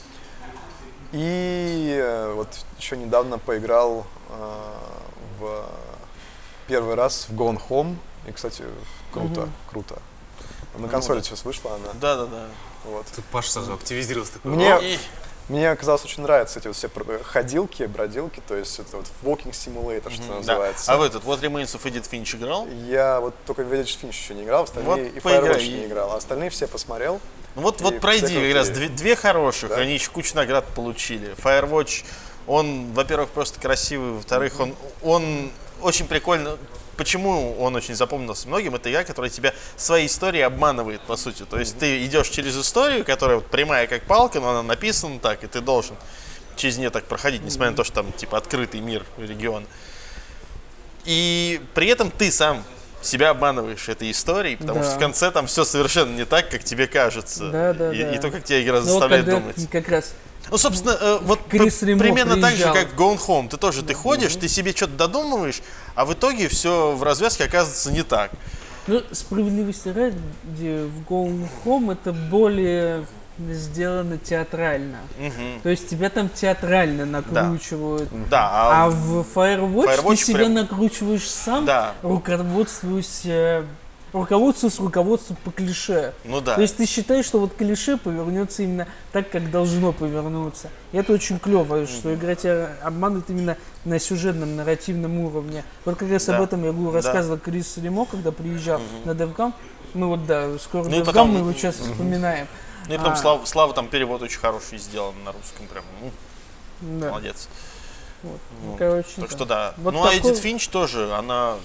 И вот еще недавно поиграл в первый раз в Gone Home. И, кстати, круто. На консоли сейчас вышла она. Да. Вот. Тут Паша сразу активизировался такой. Мне оказалось очень нравятся эти вот все ходилки, бродилки, то есть это вот walking simulator, что Да. называется. А в этот What Remains of Edith Finch играл? Я вот только в Village Finch еще не играл, остальные Вот и поиграй. Firewatch не играл, а остальные все посмотрел. Ну вот И пройди все как раз крутые. две хороших, Да. они еще кучу наград получили. Firewatch, он, во-первых, просто красивый, во-вторых, он очень прикольно. Почему он очень запомнился многим? Это игра, которая тебя своей историей обманывает, по сути. То есть ты идешь через историю, которая вот прямая как палка, но она написана так, и ты должен через нее так проходить, несмотря на то, что там типа открытый мир региона. И при этом ты сам себя обманываешь этой историей, потому что в конце там все совершенно не так, как тебе кажется. И то, как тебя игра заставляет думать. Как раз Ну, собственно, вот примерно так же, как в Gone Home. Ты ходишь, ты себе что-то додумываешь, а в итоге все в развязке оказывается не так. Ну, справедливости ради, в Gone Home это более сделано театрально. То есть тебя там театрально накручивают. Да, а в Firewatch ты себя прям накручиваешь сам, Да. руководствуясь руководством по клише. Ну да. То есть ты считаешь, что вот клише повернется именно так, как должно повернуться. И это очень клево, что игра тебя обманывает именно на сюжетном, нарративном уровне. Вот как раз об этом я рассказывал Крису Лемо, когда приезжал на DevGam. Мы вот, скоро Ну и DevGam, потом- мы его часто вспоминаем. Ну и потом Слава там перевод очень хороший сделан на русском, прям, Да. молодец. Вот. Вот. Короче, Так что да. Вот Ну а такой- Эдит Финч тоже, она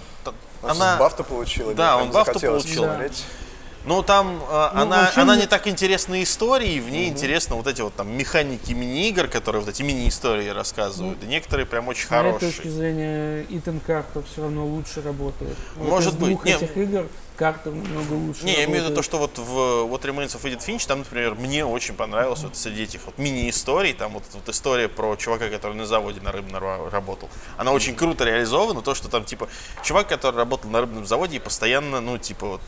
бафта получила. Да, мне он прям бафту захотелось получил. посмотреть. Ну, там вообще она мне- не так интересна историей, в ней интересно вот эти вот там механики мини-игр, которые вот эти мини-истории рассказывают. И некоторые прям очень с моей хорошие. точки зрения, Итан Картер все равно лучше работает. Может из быть. двух Не, этих игр Картер намного лучше Не, я имею в виду работает. то, что вот в What Remains of Edith Finch, там, например, мне очень понравилось вот среди этих вот мини-историй, там вот история про чувака, который на заводе на рыбном работал. Она очень круто реализована, то, что там, типа, чувак, который работал на рыбном заводе и постоянно, ну, типа, вот,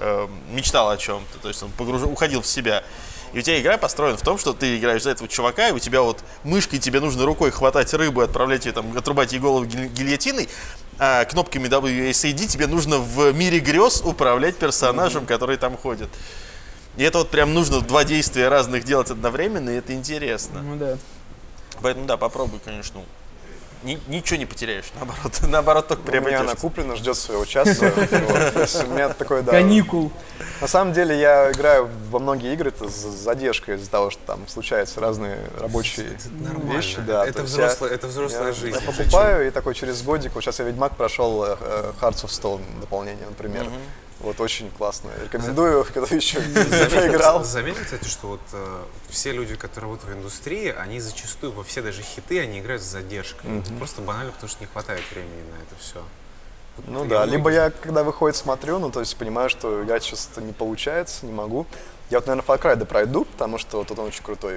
мечтал о чем-то, то есть он уходил в себя. И у тебя игра построена в том, что ты играешь за этого чувака, и у тебя вот мышкой тебе нужно рукой хватать рыбу, отправлять ее там, отрубать ей голову гильотиной, а кнопками WASD тебе нужно в мире грез управлять персонажем, который там ходит. И это вот прям нужно два действия разных делать одновременно, и это интересно. Ну да. Поэтому да, попробуй, конечно. Ничего не потеряешь, наоборот, только У меня приобретешь. она куплена, ждет своего часа. Вот. То есть у меня такой, да. Каникул. На самом деле я играю во многие игры с задержкой из-за того, что там случаются разные рабочие Нормально. вещи. Да, это то есть взрослая жизнь. Я покупаю и такой через годик, вот сейчас я Ведьмак прошел, Hearts of Stone дополнение, например. Вот очень классно. Рекомендую, кто еще не поиграл. Заметил, кстати, что вот все люди, которые работают в индустрии, они зачастую во все даже хиты, они играют с задержкой. Просто банально, потому что не хватает времени на это все. Ну да, либо я, когда выходит, смотрю, ну то есть понимаю, что играть сейчас не получается, не могу. Я вот, наверное, Far Cry пройду, потому что вот тут он очень крутой.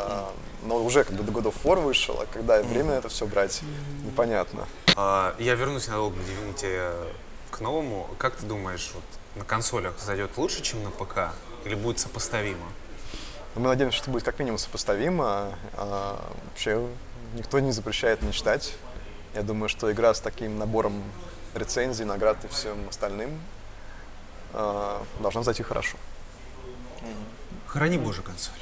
Но уже как бы до God of War вышел, а когда время на это все брать, непонятно. Я вернусь надолго к Divinity к новому. Как ты думаешь, вот на консолях зайдет лучше, чем на ПК? Или будет сопоставимо? Мы надеемся, что будет как минимум сопоставимо. Вообще никто не запрещает мечтать. Я думаю, что игра с таким набором рецензий, наград и всем остальным должна зайти хорошо. Храни Боже консоль.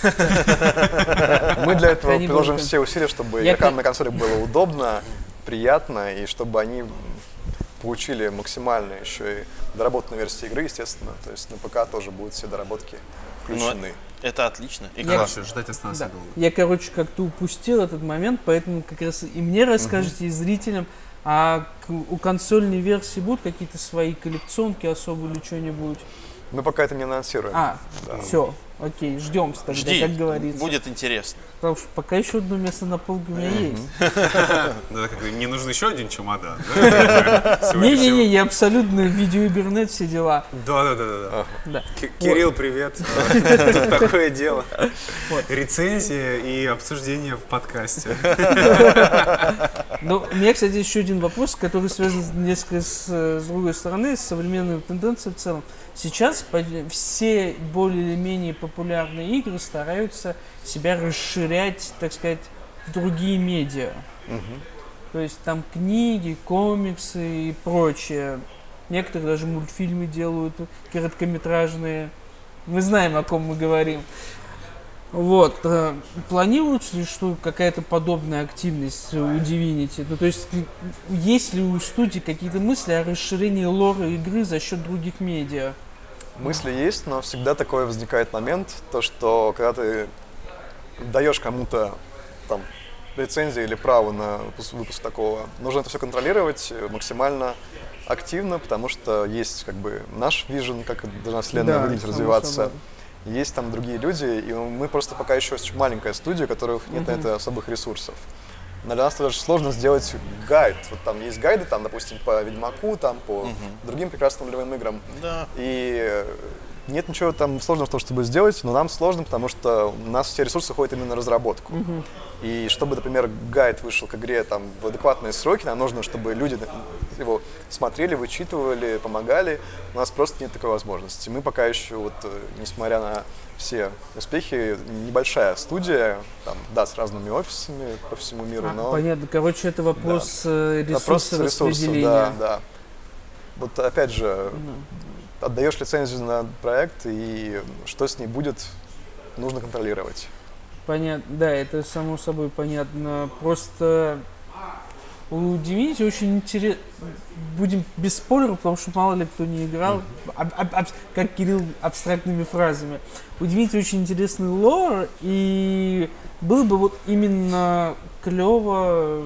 Мы для этого Храни приложим Боже. все усилия, чтобы Я игрокам как- на консоли было удобно, приятно, и чтобы они получили максимально еще и доработанную версию игры, естественно. То есть на ПК тоже будут все доработки включены. Это отлично и Я- классно. Ждать осталось Да. недолго. Я, как-то упустил этот момент, поэтому как раз и мне расскажете, и зрителям, у консольной версии будут какие-то свои коллекционки особые или что-нибудь? Мы пока это не анонсируем. Все, окей, ждем тогда, Жди, как говорится. будет интересно. Потому что пока еще одно место на полке у меня есть. Да, как бы не нужен еще один чемодан. Да? Не-не-не, я абсолютно видеоигрнет, все дела. Да. Да. Кирилл, привет. Тут такое дело. Вот. Рецензия и обсуждение в подкасте. Ну, у меня, кстати, еще один вопрос, который связан несколько с другой стороны, с современной тенденцией в целом. Сейчас все более или менее популярные игры стараются себя расширять, так сказать, в другие медиа. То есть там книги, комиксы и прочее. Некоторые даже мультфильмы делают, короткометражные. Мы знаем, о ком мы говорим. Вот. Планируется ли что какая-то подобная активность у Divinity? Ну, то есть, есть ли у студии какие-то мысли о расширении лора игры за счет других медиа? Мысли есть, но всегда такой возникает момент, то что когда ты даешь кому-то там лицензии или право на выпуск такого. Нужно это все контролировать максимально активно, потому что есть как бы наш вижен, как должна вселенная выглядеть, развиваться. Есть там другие люди, и мы просто пока еще очень маленькая студия, у которых нет на это особых ресурсов. Но для нас тоже сложно сделать гайд. Вот там есть гайды, там, допустим, по Ведьмаку, там, по другим прекрасным ролевым играм. Да. И нет ничего там сложного в том, чтобы сделать, но нам сложно, потому что у нас все ресурсы уходят именно на разработку. И чтобы, например, гайд вышел к игре там, в адекватные сроки, нам нужно, чтобы люди его смотрели, вычитывали, помогали. У нас просто нет такой возможности. Мы пока еще, вот, несмотря на все успехи, небольшая студия, там, да, с разными офисами по всему миру, но... Понятно. Короче, это вопрос ресурса распределения. Да. Вот опять же, отдаешь лицензию на проект, и что с ней будет, нужно контролировать. Понятно, да, это само собой понятно. Просто у Divinity очень интересно. Будем без спойлеров, потому что мало ли кто не играл, как Кирилл, абстрактными фразами. У Divinity очень интересный лор, и было бы вот именно клево,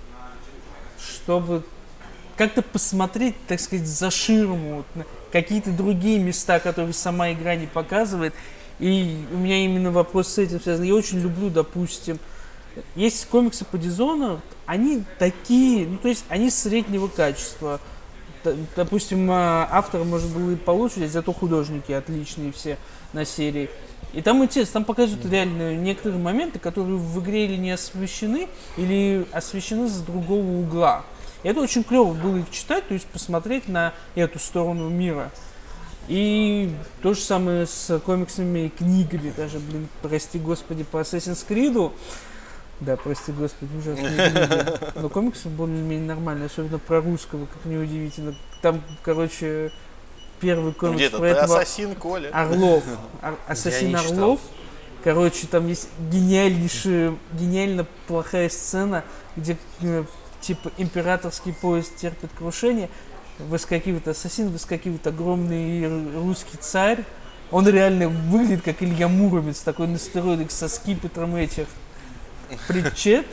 чтобы как-то посмотреть, так сказать, за ширму, на какие-то другие места, которые сама игра не показывает. И у меня именно вопрос с этим связан. Я очень люблю, допустим, есть комиксы по Dishonored, они такие, ну то есть они среднего качества. Допустим, автор может было и получше, зато художники отличные все на серии. И там интересно, там показывают реально некоторые моменты, которые в игре или не освещены, или освещены с другого угла. И это очень клево было их читать, то есть посмотреть на эту сторону мира. И то же самое с комиксами и книгами, даже, прости господи, по Assassin's Creed. Да, прости господи, ужасные книги. Но комиксы более-менее нормальные, особенно про русского, как неудивительно. Там, короче, первый комикс где-то про этого... Ассасин Коля. Орлов. Ассасин Орлов. Короче, там есть гениально плохая сцена, где типа императорский поезд терпит крушение. Выскакивает ассасин, выскакивает огромный русский царь. Он реально выглядит как Илья Муромец, такой на стероидах со скипетром этих притчет.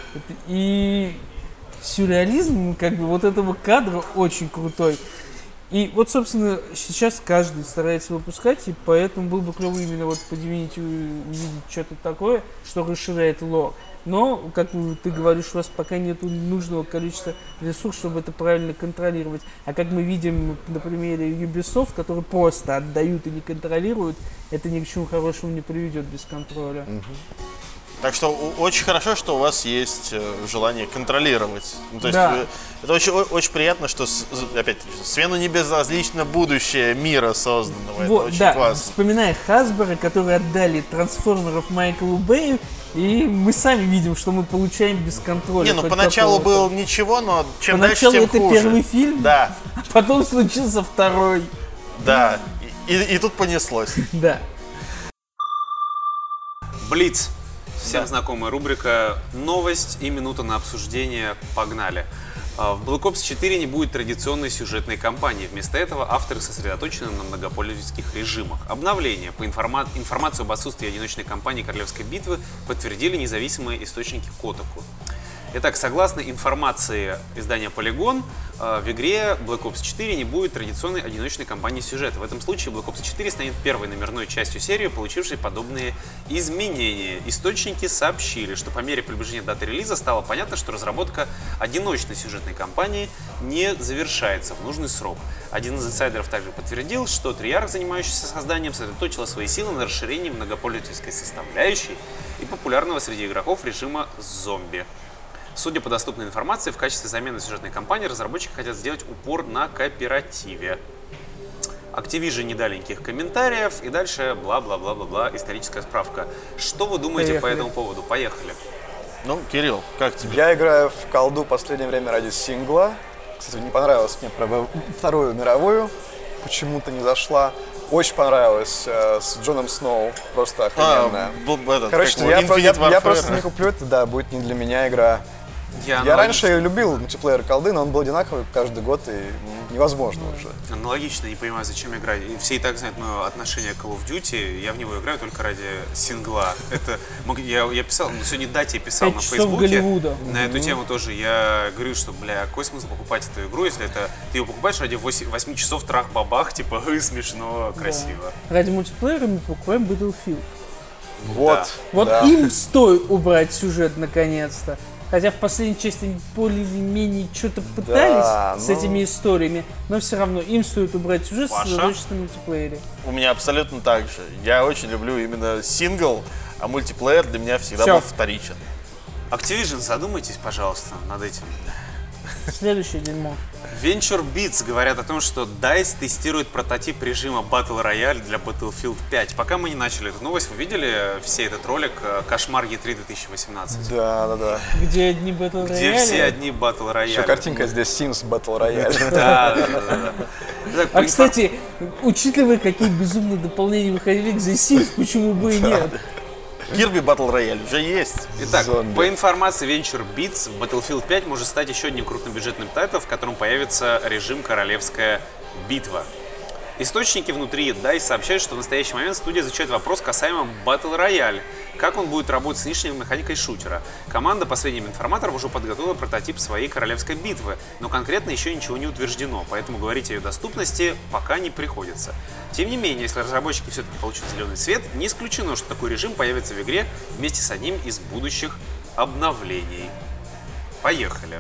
И сюрреализм как бы вот этого кадра очень крутой. И вот, собственно, сейчас каждый старается выпускать, и поэтому было бы клево именно вот по Divinity увидеть что-то такое, что расширяет лор. Но, как ты говоришь, у вас пока нет нужного количества ресурсов, чтобы это правильно контролировать. А как мы видим на примере Ubisoft, которые просто отдают и не контролируют, это ни к чему хорошему не приведет без контроля. Так что очень хорошо, что у вас есть желание контролировать. Ну, то есть Да. это очень приятно, что, опять, Свену не безразлично будущее мира созданного. Вот, это очень да, классно. вспоминая Hasbro, которые отдали трансформеров Майклу Бэю, и мы сами видим, что мы получаем без контроля. Не, ну хоть поначалу какого-то. было ничего, но чем Поначалу дальше, тем это хуже. первый фильм, Да, а потом случился второй. да. И тут понеслось. Да. Блиц. Всем знакомая рубрика «Новость» и минута на обсуждение. Погнали. В Black Ops 4 не будет традиционной сюжетной кампании. Вместо этого авторы сосредоточены на многопользовательских режимах. Обновление. По информацию об отсутствии одиночной кампании Королевской битвы подтвердили независимые источники Kotaku. Итак, согласно информации издания Polygon, в игре Black Ops 4 не будет традиционной одиночной кампании сюжета. В этом случае Black Ops 4 станет первой номерной частью серии, получившей подобные изменения. Источники сообщили, что по мере приближения даты релиза стало понятно, что разработка одиночной сюжетной кампании не завершается в нужный срок. Один из инсайдеров также подтвердил, что Treyarch, занимающийся созданием, сосредоточила свои силы на расширении многопользовательской составляющей и популярного среди игроков режима зомби. Судя по доступной информации, в качестве замены сюжетной кампании разработчики хотят сделать упор на кооперативе. Activision не дали никаких комментариев, и дальше бла-бла-бла-бла-бла, историческая справка. Что вы думаете по этому поводу? Поехали. Ну, Кирилл, как тебе? Я играю в колду в последнее время ради сингла. Кстати, не понравилось мне про Вторую мировую, почему-то не зашла. Очень понравилось с Джоном Сноу, просто охрененно. Короче, я просто не куплю это, да, будет не для меня игра. Я раньше любил мультиплеер колды, но он был одинаковый каждый год, и невозможно уже. Аналогично, не понимаю, зачем играть. И все и так знают мое отношение к Call of Duty. Я в него играю только ради сингла. Это я писал, сегодня Дате писал 5 на часов Фейсбуке Голливуда. на эту тему тоже. Я говорю, что, какой смысл покупать эту игру, если это ты ее покупаешь ради 8 часов трах-бабах, типа, смешно, красиво. Ради мультиплеера мы покупаем Battlefield. Вот. Вот да. им стоит убрать сюжет наконец-то. Хотя в последней части они более или менее что-то пытались с этими историями, но все равно им стоит убрать сюжет в сосредоточенном мультиплеере. У меня абсолютно так же. Я очень люблю именно сингл, а мультиплеер для меня всегда был вторичен. Activision, задумайтесь, пожалуйста, над этим. Следующее дерьмо. Venture Beats говорят о том, что DICE тестирует прототип режима Battle Royale для Battlefield 5. Пока мы не начали эту новость, вы видели все этот ролик «Кошмар E3 2018»? Да. Где одни Battle Royale? Где все одни Battle Royale. Еще картинка здесь Sims Battle Royale. Да. А, кстати, учитывая, какие безумные дополнения выходили к The Sims, почему бы и нет? Kirby Battle Royale уже есть. Итак, по информации Venture Beats, Battlefield 5 может стать еще одним крупнобюджетным тайтлом, в котором появится режим «Королевская битва». Источники внутри DICE сообщают, что в настоящий момент студия изучает вопрос касаемо Battle Royale, как он будет работать с нынешней механикой шутера. Команда, по сведениям информаторов, уже подготовила прототип своей королевской битвы, но конкретно еще ничего не утверждено, поэтому говорить о ее доступности пока не приходится. Тем не менее, если разработчики все-таки получат зеленый свет, не исключено, что такой режим появится в игре вместе с одним из будущих обновлений. Поехали!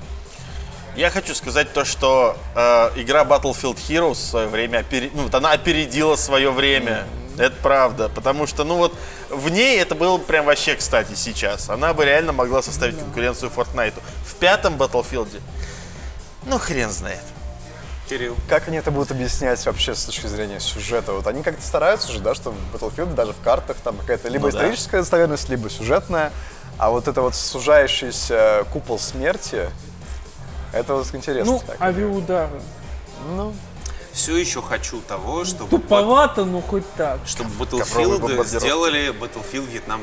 Я хочу сказать то, что игра Battlefield Heroes в свое время она опередила свое время. Это правда, потому что, в ней это было прям вообще, кстати, сейчас. Она бы реально могла составить конкуренцию Fortnite. В 5-м Battlefield, хрен знает. Кирилл. Как они это будут объяснять вообще с точки зрения сюжета? Вот они как-то стараются же, да, что в Battlefield даже в картах там какая-то либо историческая достоверность, либо сюжетная. А вот это вот сужающийся купол смерти, это вот интересно. Авиаудары. Все еще хочу того, чтобы... Туповато, но хоть так. Чтобы Battlefield сделали Battlefield Vietnam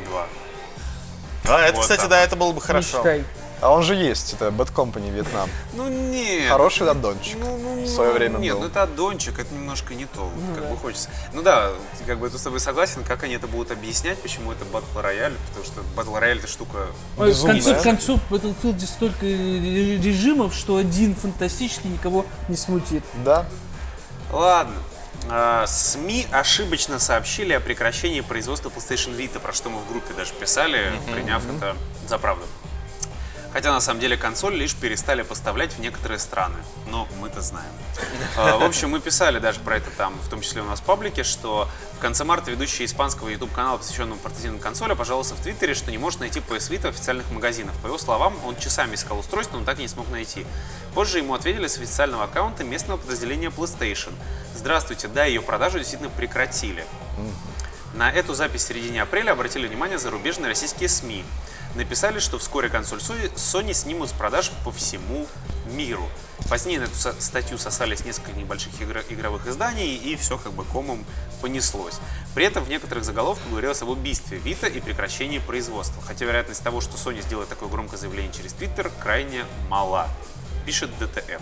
2. Это, кстати, да, это было бы хорошо. Мечтай. А он же есть, это Bad Company Вьетнам. Нет. Хороший аддончик. В свое время Нет, был. это аддончик, это немножко не то, как бы хочется. Тут с тобой согласен, как они это будут объяснять, почему это Battle Royale, потому что Battle Royale это штука... В конце концов, в Battlefield столько режимов, что один фантастический никого не смутит. Да. Ладно. СМИ ошибочно сообщили о прекращении производства PlayStation Vita, про что мы в группе даже писали, приняв это за правду. Хотя на самом деле консоль лишь перестали поставлять в некоторые страны, но мы-то знаем. В общем, мы писали даже про это там, в том числе у нас в паблике, что в конце марта ведущий испанского YouTube-канала, посвященного портативным консолям, пожаловался в Твиттере, что не может найти PS Vita в официальных магазинах. По его словам, он часами искал устройство, но так и не смог найти. Позже ему ответили с официального аккаунта местного подразделения PlayStation. Здравствуйте, да, ее продажу действительно прекратили. На эту запись в середине апреля обратили внимание зарубежные российские СМИ. Написали, что вскоре консоль Sony снимут с продаж по всему миру. Позднее на эту статью сосались несколько небольших игровых изданий, и все как бы комом понеслось. При этом в некоторых заголовках говорилось об убийстве Vita и прекращении производства. Хотя вероятность того, что Sony сделает такое громкое заявление через Twitter, крайне мала. Пишет DTF.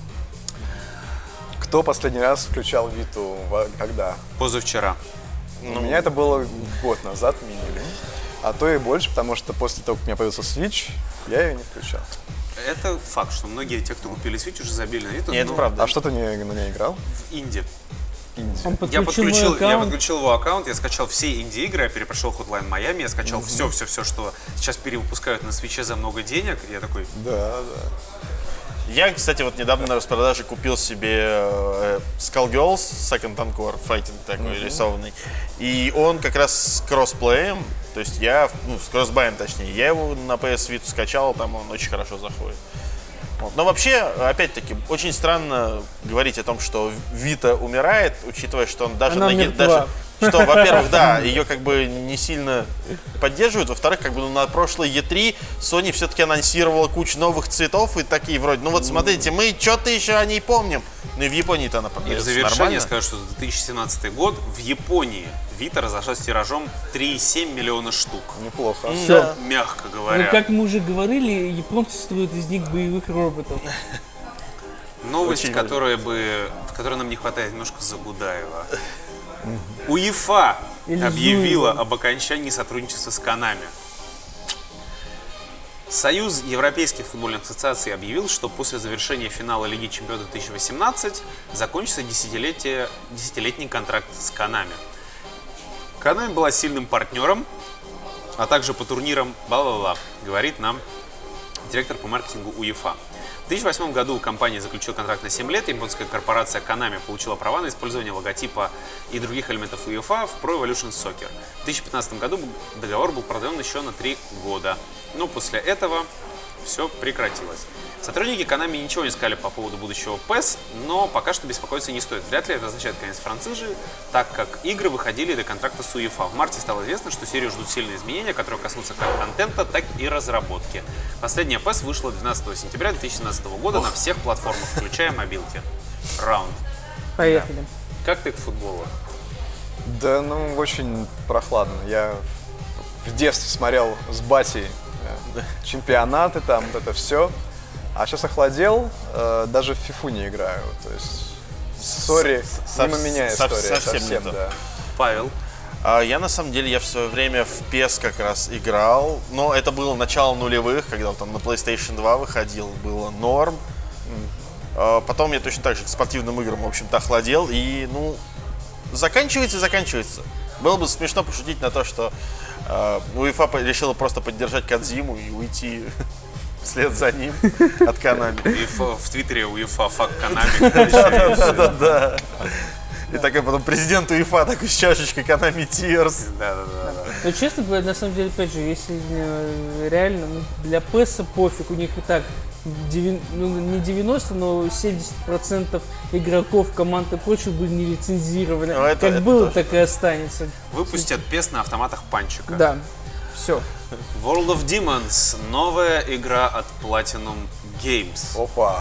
Кто последний раз включал Виту когда? Позавчера. У меня это было год назад минимум. А то и больше, потому что после того, как у меня появился Switch, я ее не включал. Это факт, что многие те, кто купили Switch, уже забили на Vita. Нет, это правда. А что ты на ней играл? В инди. Он Я подключил аккаунт. его аккаунт, я скачал все инди-игры, я перепрошел Hotline Miami, я скачал все, что сейчас перевыпускают на Switch за много денег. И я такой... Да. Я, кстати, недавно на распродаже купил себе Skullgirls Second Encore Fighting такой рисованный. И он как раз с кроссплеем, то есть с кроссбаем точнее, я его на PS Vita скачал, там он очень хорошо заходит. Но вообще, опять-таки, очень странно говорить о том, что Vita умирает, учитывая, что он даже что, во-первых, да, ее как бы не сильно поддерживают, во-вторых, как бы на прошлой E3 Sony все-таки анонсировала кучу новых цветов и такие вроде, смотрите, мы что-то еще о ней помним. Ну и в Японии-то она И в продается завершение нормально. скажу, что 2017 год в Японии Vita разошлась тиражом 3,7 миллиона штук. Неплохо. Всё. Мягко Ну, говоря. как мы уже говорили, японцы строят из них боевых роботов. Новость, Очень в которой нам не хватает немножко Загудаева. УЕФА Или объявила Зуева. об окончании сотрудничества с Konami. Союз Европейских футбольных ассоциаций объявил, что после завершения финала Лиги Чемпионов 2018 закончится десятилетний контракт с Konami. Konami была сильным партнером, а также по турнирам бла-бла-бла, говорит нам директор по маркетингу УЕФА. В 2008 году компания заключила контракт на 7 лет, японская корпорация Konami получила права на использование логотипа и других элементов УЕФА в Pro Evolution Soccer. В 2015 году договор был продлен еще на 3 года, но после этого все прекратилось. Сотрудники Konami ничего не сказали по поводу будущего PES, но пока что беспокоиться не стоит. Вряд ли это означает конец франшизы, так как игры выходили до контракта с УЕФА. В марте стало известно, что серию ждут сильные изменения, которые коснутся как контента, так и разработки. Последняя PES вышла 12 сентября 2017 года на всех платформах, включая мобилки. Раунд. Поехали. Как ты к футболу? Да, ну, очень прохладно. Я в детстве смотрел с батей чемпионаты, там, вот это все. А сейчас охладел, даже в фифу не играю. То есть, сори, мимо меня история. совсем не то. Да. Павел. Я на самом деле, я в свое время в PES как раз играл, но это было начало нулевых, когда вот там на PlayStation 2 выходил, было норм. Потом я точно так же к спортивным играм, в общем-то, охладел, и, ну, заканчивается. Было бы смешно пошутить на то, что УЕФА решила просто поддержать Кодзиму и уйти вслед за ним от Konami. В Твиттере УЕФА fuck Konami. Да. И такой потом президент УЕФА такой с чашечкой Konami Tears. Да. Но честно говоря, на самом деле, опять же, если реально, ну, для PES пофиг, у них и так не 90, но 70% игроков команд и прочего были не лицензированы. Ну, это как было, тоже. так и останется. Выпустят PES на автоматах панчика. Да, все. World of Demons. Новая игра от Platinum Games. Опа.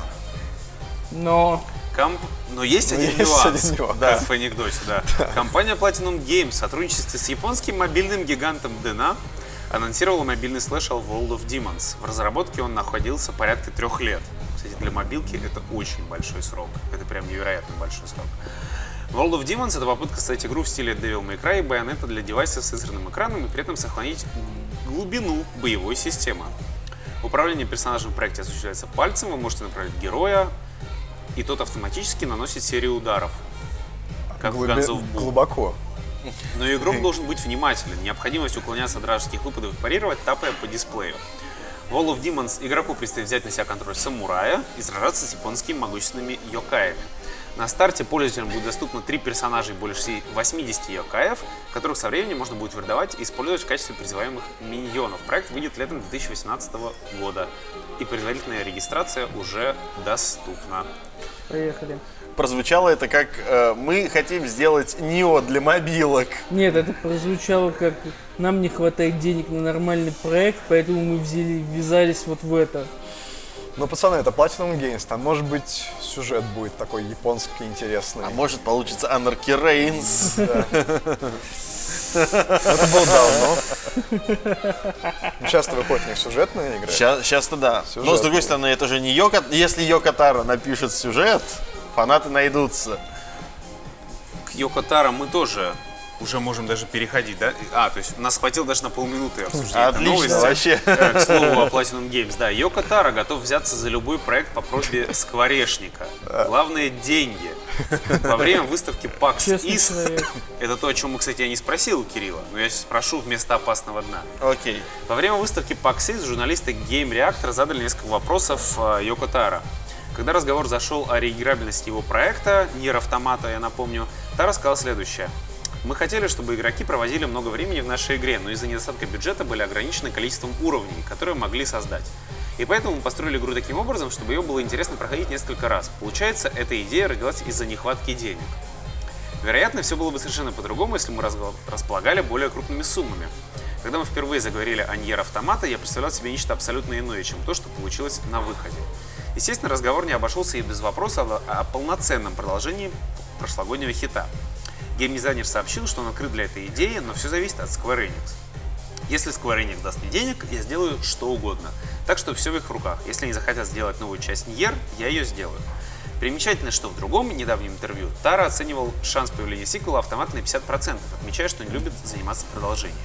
Но Но есть один есть нюанс, один нюанс. как в анекдоте, да. Компания Platinum Games в сотрудничестве с японским мобильным гигантом DeNA анонсировала мобильный слэшер World of Demons. В разработке он находился порядка 3 лет. Кстати, для мобилки это очень большой срок. Это прям невероятно большой срок. World of Demons — это попытка создать игру в стиле Devil May Cry и Bayonetta для девайсов с изранным экраном и при этом сохранить глубину боевой системы. Управление персонажем в проекте осуществляется пальцем, вы можете направить героя, и тот автоматически наносит серию ударов, как в Guns of Bull. Глубоко. Но игрок должен быть внимателен. Необходимость уклоняться от вражеских выпадов и парировать, тапая по дисплею. В World of Demons игроку предстоит взять на себя контроль самурая и сражаться с японскими могущественными йокаями. На старте пользователям будет доступно 3 персонажа и более 80 йокаев, которых со временем можно будет вырдавать и использовать в качестве призываемых миньонов. Проект выйдет летом 2018 года, и предварительная регистрация уже доступна. поехали. Прозвучало это как мы хотим сделать НИО для мобилок. Нет, это прозвучало как нам не хватает денег на нормальный проект, поэтому мы ввязались вот в это. Ну, пацаны, это Platinum Games, там, может быть, сюжет будет такой японский интересный. А может получится Anarchy Reigns. Это было давно. Часто выходят у них сюжетные игры. Сейчас-то да. Но с другой Сюжетные. стороны, это же не Йоко. Если Йоко Таро напишет сюжет, фанаты найдутся. К Йоко Таро мы тоже уже можем даже переходить, да? То есть нас хватило даже на полминуты обсуждения этой Отлично, новости. вообще. К слову о Platinum Games, да, Йоко Таро готов взяться за любой проект по просьбе скворечника. Главное — деньги. Во время выставки PAX Честный East, человек. это то, о чем мы, кстати, я не спросил у Кирилла, но я сейчас спрошу вместо опасного дна. Окей. Во время выставки PAX East журналисты Game Reactor задали несколько вопросов Йоко Таро. Когда разговор зашел о реиграбельности его проекта, Nier Automata, я напомню, Таро сказал следующее. Мы хотели, чтобы игроки проводили много времени в нашей игре, но из-за недостатка бюджета были ограничены количеством уровней, которые могли создать. И поэтому мы построили игру таким образом, чтобы ее было интересно проходить несколько раз. Получается, эта идея родилась из-за нехватки денег. Вероятно, все было бы совершенно по-другому, если мы располагали более крупными суммами. Когда мы впервые заговорили о Nier Automata, я представлял себе нечто абсолютно иное, чем то, что получилось на выходе. Естественно, разговор не обошелся и без вопроса о полноценном продолжении прошлогоднего хита. Геймдизайнер сообщил, что он открыт для этой идеи, но все зависит от Square Enix. Если Square Enix даст мне денег, я сделаю что угодно. Так что все в их руках. Если они захотят сделать новую часть Ньер, я ее сделаю. Примечательно, что в другом недавнем интервью Тара оценивал шанс появления сиквела автоматно на 50%, отмечая, что не любит заниматься продолжением.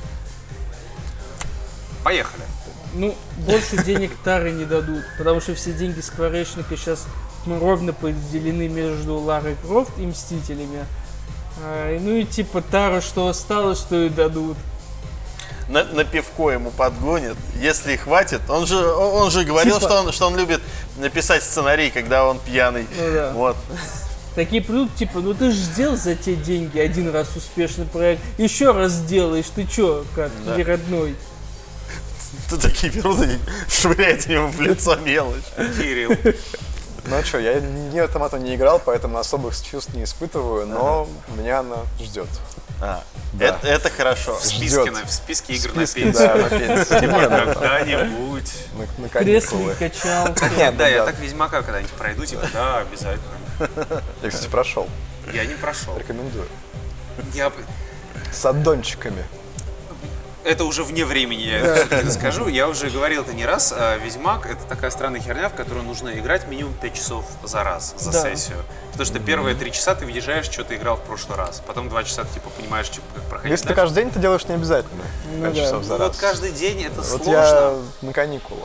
Поехали. Ну, больше денег Тары не дадут, потому что все деньги скворечника сейчас ровно поделены между Ларой Крофт и Мстителями. Ну и типа Тара, что осталось, то и дадут. На пивко ему подгонят, если хватит. Он же говорил, Типа- что он любит написать сценарий, когда он пьяный. Ну да. Вот. Такие придут, типа, ну ты же сделал за те деньги один раз успешный проект, еще раз сделаешь, ты чё, как, Да. не родной. Тут такие берут и швыряют ему в лицо мелочь. Кирилл. Ну а что, я ни автомата не играл, поэтому особых чувств не испытываю, но меня она ждет. Да. Это хорошо. В списке игр на Списке, пенсию. да, на пенсии. Типа когда-нибудь. На Кресло, каникулы. качалки. Нет, да, я да. так Ведьмака когда-нибудь пройду, типа, да, обязательно. Я, кстати, прошел. Я не прошел. Рекомендую. Я... С аддончиками. Это уже вне времени, я это все-таки скажу. Я уже говорил это не раз. Ведьмак — это такая странная херня, в которую нужно играть минимум 5 часов за раз, за Да. сессию. Потому что первые 3 часа ты въезжаешь, что ты играл в прошлый раз. Потом 2 часа ты типа понимаешь, что, как проходить Если ты дальше. каждый день, это делаешь не обязательно. Ну 5 да. часов за Ну, раз. вот каждый день это Вот сложно. я на каникулах.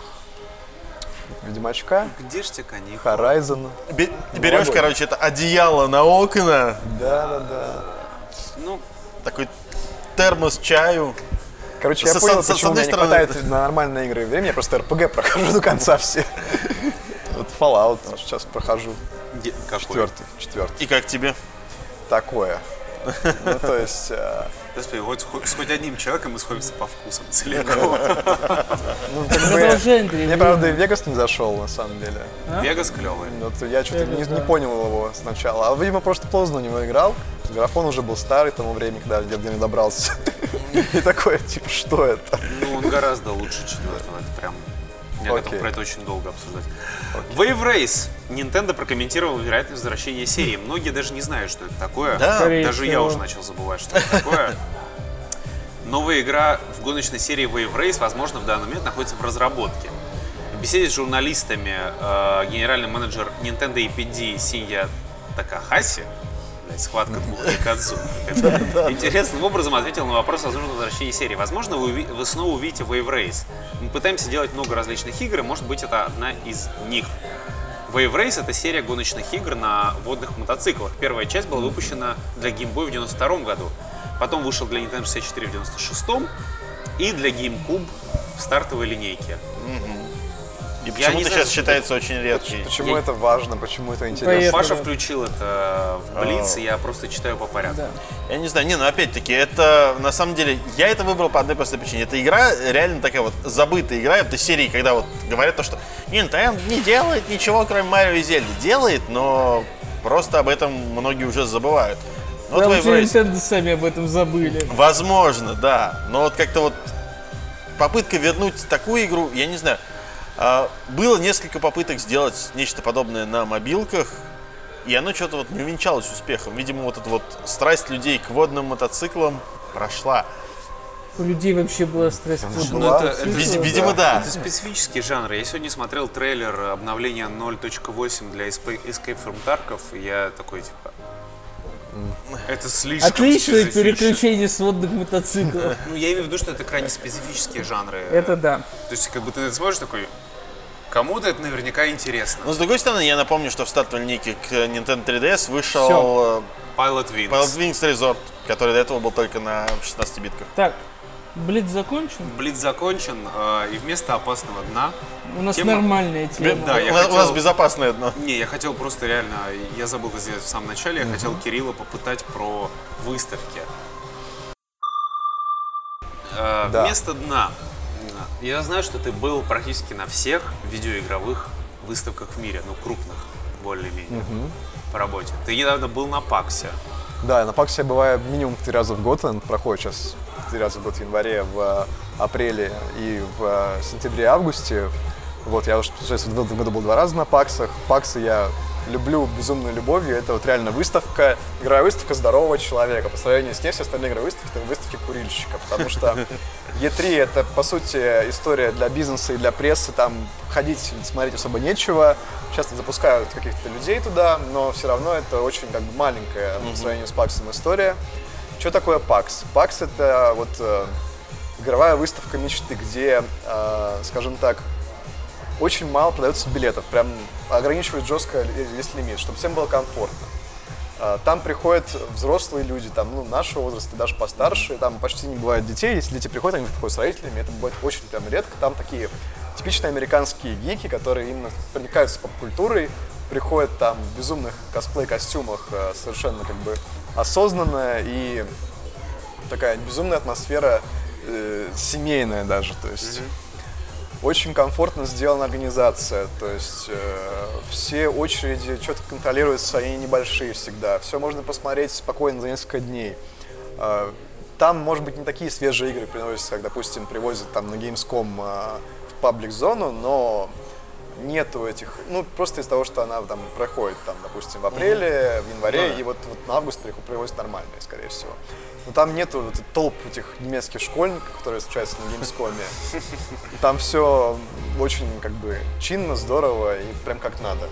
Ведьмачка, Где ж тебе каникулы? Horizon. Берешь, Новогодний. короче, это одеяло на окна, Да. Ну, такой термос чаю. Короче, я С понял, одной почему мне не стороны, хватает на нормальные игры времени. Я просто РПГ прохожу до конца все. Вот Fallout сейчас прохожу. какой? Четвертый. И как тебе? Такое. Ну, то есть... Господи, вот с хоть одним человеком мы сходимся по вкусам целиком. ну, как бы, Продолжай, Андрей. мне, правда, и Вегас не зашел, на самом деле. Вегас клевый. Вот я что-то не понял его сначала. А, видимо, просто поздно в него играл. Графон уже был старый к тому времени, когда я до него добрался. И такое, типа, что это? Ну, он гораздо лучше четвертого. Это прям... Я готов Окей. про это очень долго обсуждать. Wave Race. Nintendo прокомментировал вероятность возвращения серии. Многие даже не знают, что это такое. Да. Скорее Даже я всего. уже начал забывать, что это такое. Новая игра в гоночной серии Wave Race, возможно, в данный момент находится в разработке. В беседе с журналистами генеральный менеджер Nintendo EPD Синья Такахаси, схватка двух якадзу, интересным образом ответил на вопрос о возможном возвращении серии. Возможно, вы снова увидите Wave Race. Мы пытаемся делать много различных игр, и, может быть, это одна из них. Wave Race — это серия гоночных игр на водных мотоциклах. Первая часть была выпущена для Game Boy в 92 году. Потом вышел для Nintendo 64 в 96 и для GameCube в стартовой линейке. И Я не почему-то знаю, сейчас считается очень редкий. Почему это важно, почему это интересно? Поехали. Паша включил это в Блиц, и я просто читаю по порядку. Да. Я не знаю, но опять-таки, это на самом деле, я это выбрал по одной простой причине. Эта игра реально такая вот забытая игра, в этой серии, когда вот говорят то, что Nintendo не делает ничего, кроме Марио и Зельды. Делает, но просто об этом многие уже забывают. Ну, вот Потому Wave что Race. Nintendo сами об этом забыли. Возможно, да. Но вот как-то вот попытка вернуть такую игру, я не знаю. Было несколько попыток сделать нечто подобное на мобилках, и оно что-то вот не увенчалось успехом. Видимо, вот эта вот страсть людей к водным мотоциклам прошла. У людей вообще была страсть к Ну, водным это, мотоциклам. Видимо, да. Это специфический жанр. Я сегодня смотрел трейлер обновления 0.8 для Escape from Tarkov, и я такой, типа... Это слишком Отличное специфично. переключение с водных мотоциклов. Ну, я имею в виду, что это крайне специфические жанры. Это да. То есть, как бы ты на это смотришь такой, кому-то это наверняка интересно. Но с другой стороны, я напомню, что в стартовой линейке к Nintendo 3DS вышел Всё. Pilot Wings. Pilot Wings Resort, который до этого был только на 16 битках. Так, Блиц закончен? Блиц закончен, и вместо опасного дна... У нас Тема- нормальная тема. Да, я у нас хотел- безопасное дно. Не, я хотел просто реально, я забыл это сделать в самом начале, я хотел Кирилла попытать про выставки. Да. Вместо дна. Я знаю, что ты был практически на всех видеоигровых выставках в мире, ну, крупных, более-менее, по работе. Ты недавно был на Паксе. Да, на Паксе я бываю минимум 3 раза в год, он проходит сейчас 3 раза в год в январе, в апреле и в сентябре-августе. Вот, я уже, получается, в этом году был 2 раза на паксах. Паксы я люблю безумной любовью. Это вот реально выставка, игровая выставка здорового человека. По сравнению с ней все остальные игровые выставки — это выставки курильщика. Потому что E3 — это, по сути, история для бизнеса и для прессы. Там ходить, смотреть особо нечего. Часто запускают каких-то людей туда, но все равно это очень как бы маленькая по сравнению с паксом история. Что такое пакс? Пакс — это вот игровая выставка мечты, где, скажем так, очень мало продается билетов, прям ограничивает жестко есть лимит, чтобы всем было комфортно. Там приходят взрослые люди, там, ну, нашего возраста, даже постарше, там почти не бывает детей. Если дети приходят, они приходят с родителями, это бывает очень прям редко. Там такие типичные американские гики, которые именно проникаются поп-культурой, приходят там в безумных косплей-костюмах, совершенно как бы осознанная и такая безумная атмосфера, семейная даже, то есть очень комфортно сделана организация, то есть все очереди четко контролируются, они небольшие всегда, все можно посмотреть спокойно за несколько дней. Там, может быть, не такие свежие игры приносятся, как, допустим, привозят там на Gamescom в паблик-зону, но нету этих, ну, просто из-за того, что она там проходит, там, допустим, в апреле, в январе, и вот на август привозят нормальные, скорее всего. Но там нету вот толп этих немецких школьников, которые встречаются на Gamescom. Там все очень как бы чинно, здорово и прям как надо.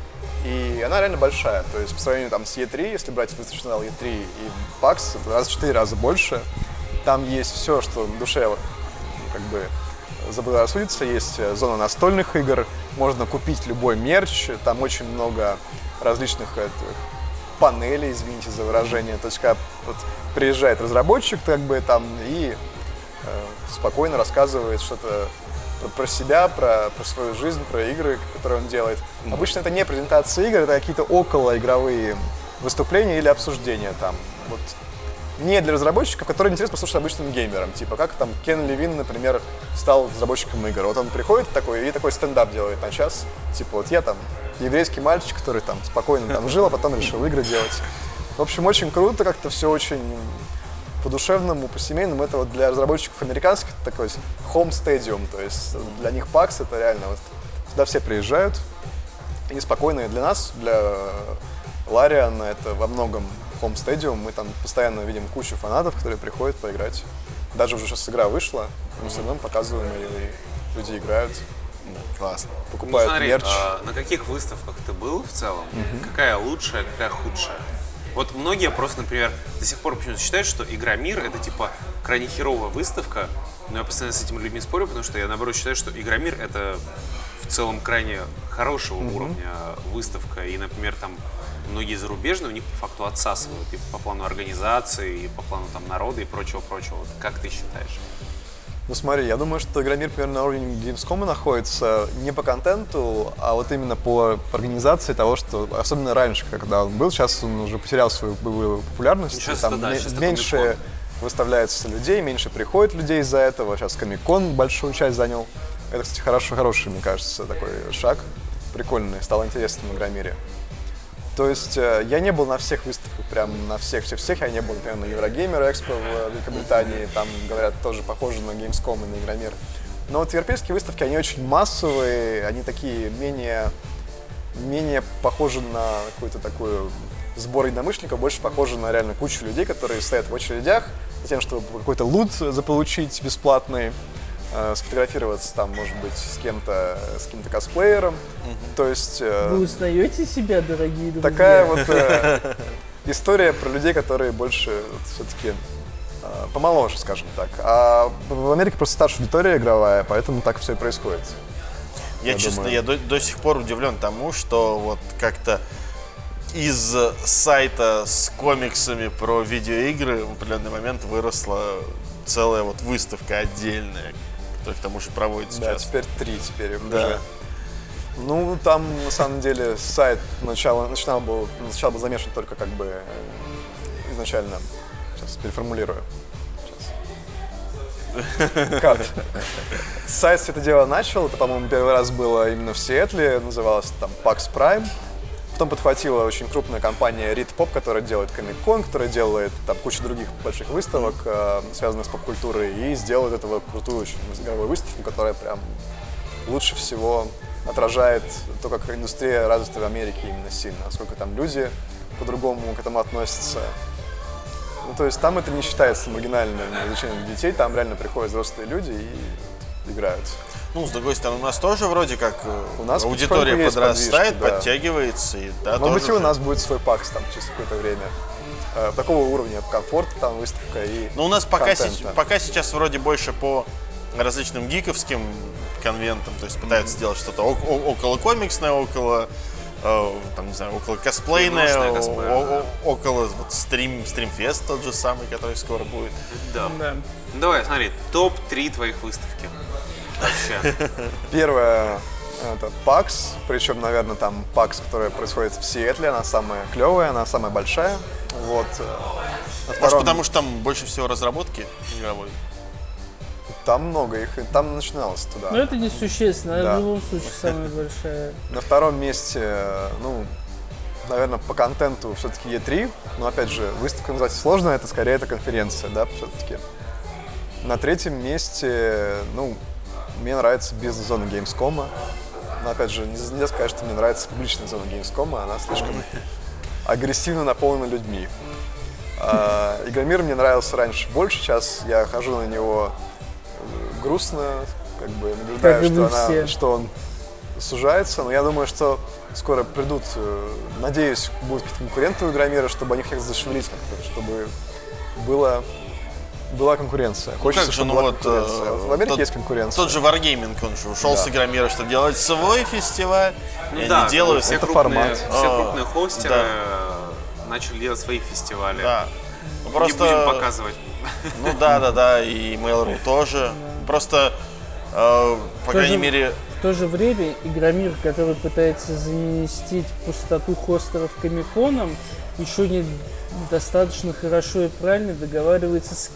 И она реально большая, то есть по сравнению там с E3, если брать выставочный зал E3 и PAX, это в 4 раза больше. Там есть все, что в душе как бы заблагорассудится, есть зона настольных игр, можно купить любой мерч, там очень много различных панелей, извините за выражение, то есть когда вот приезжает разработчик как бы там и спокойно рассказывает что-то про себя, про свою жизнь, про игры, которые он делает. Обычно это не презентация игр, это какие-то околоигровые выступления или обсуждения там. Вот. Не для разработчиков, которые интересно послушать обычным геймерам. Типа, как там Кен Левин, например, стал разработчиком игр. Вот он приходит такой и такой стендап делает на час. Типа, вот я там еврейский мальчик, который там спокойно там жил, а потом решил игры делать. В общем, очень круто, как-то все очень по-душевному, по-семейному. Это вот для разработчиков американских такой home stadium. То есть для них PAX это реально вот сюда все приезжают. И спокойно и для нас, для Лариана это во многом Home Stadium, мы там постоянно видим кучу фанатов, которые приходят поиграть. Даже уже сейчас игра вышла, мы все равно показываем ее, и люди играют. Классно. Покупают мерч. На каких выставках ты был в целом? Какая лучшая, какая худшая? Вот многие просто, например, до сих пор почему-то считают, что Игра Мир — это типа крайне херовая выставка, но я постоянно с этими людьми спорю, потому что я наоборот считаю, что Игра Мир — это в целом крайне хорошего уровня выставка, и, например, там многие зарубежные у них по факту отсасывают и по плану организации, и по плану там народа и прочего-прочего. Вот как ты считаешь? Ну смотри, я думаю, что Игромир примерно на уровне Gamescom находится не по контенту, а вот именно по организации того, что особенно раньше, когда он был, сейчас он уже потерял свою былую популярность. Сейчас там да, сейчас меньше выставляется людей, меньше приходит людей из-за этого. Сейчас Комик-кон большую часть занял. Это, кстати, хороший, мне кажется, такой шаг. Прикольный, стало интересно в Игромире. То есть я не был на всех выставках, прям на всех. Я не был, например, на Еврогеймер Экспо в Великобритании, там, говорят, тоже похожи на Gamescom и на Игромир. Но вот европейские выставки, они очень массовые, они такие менее похожи на какую-то такую сбор единомышленников, больше похожи на реально кучу людей, которые стоят в очередях за тем, чтобы какой-то лут заполучить бесплатный, сфотографироваться там, может быть, с каким-то косплеером. То есть... Вы узнаете себя, дорогие друзья? Такая вот история про людей, которые больше вот, все-таки помоложе, скажем так. А в Америке просто старшая аудитория игровая, поэтому так все и происходит. Я до сих пор удивлен тому, что вот как-то из сайта с комиксами про видеоигры в определенный момент выросла целая вот выставка отдельная, которая к тому же проводится сейчас. Да, теперь 3 да. уже. Ну, там, на самом деле, сайт сначала был замешан только как бы изначально. Сейчас переформулирую. Как? Сайт все это дело начал, это, по-моему, первый раз было именно в Сиэтле, называлось там PAX Prime. Потом подхватила очень крупная компания Read Pop, которая делает Comic-Con, которая делает там кучу других больших выставок, связанных с поп-культурой, и сделала из этого крутую очень игровую выставку, которая прям лучше всего отражает то, как индустрия развита в Америке именно сильно, насколько там люди по-другому к этому относятся. Ну, то есть там это не считается маргинальным изучением для детей, там реально приходят взрослые люди и играют. Ну, с другой стороны, у нас тоже вроде как У нас аудитория потихоньку есть подрастает, подвижки, да. подтягивается. И, да, Может быть, и у уже. нас будет свой пакс там через какое-то время. Такого уровня комфорта, там выставка и Но у нас пока контента. сейчас вроде больше по различным гиковским конвентам, то есть пытаются сделать что-то около комиксное, около там, не знаю, около косплейное, Киношное косплей, да. около вот, стримфест тот же самый, который скоро будет. Да. Да. Ну, давай, смотри, топ-3 твоих выставки. Вообще. Первое это PAX, причем, наверное, там PAX, которая происходит в Сиэтле, она самая клевая, она самая большая. Вот. На Может, втором- потому что там больше всего разработки игровой? Там много их, и там начиналось туда. Но это несущественно, Да. в любом случае самая большая. На втором месте, ну, наверное, по контенту все-таки E3, но, опять же, выставка назвать сложно, это скорее это конференция, да, все-таки. На третьем месте, ну, мне нравится бизнес-зона Gamescom. Но, опять же, нельзя сказать, что мне нравится публичная зона Gamescom, она слишком агрессивно наполнена людьми. Игромир мне нравился раньше больше, сейчас я хожу на него грустно, как бы наблюдаю, Как и мы что, все. что он сужается, но я думаю, что скоро придут, надеюсь, будут какие-то конкуренты у Игромира, чтобы они хотят зашевелить как-то, чтобы была конкуренция. Хочется, как же, чтобы ну была вот, конкуренция. В Америке тот- есть конкуренция. Тот же Wargaming, он же ушел Да. с Игромира, чтобы делать свой фестиваль. Ну и да, они делают все это крупные, формат. все крупные хостеры да. начали делать свои фестивали. Да. Ну, Не будем просто, показывать. ну да, и Mail.ru тоже. Просто, по крайней мере, В то же время Игромир, который пытается заместить пустоту хостеров Комиконом, еще не достаточно хорошо и правильно договаривается с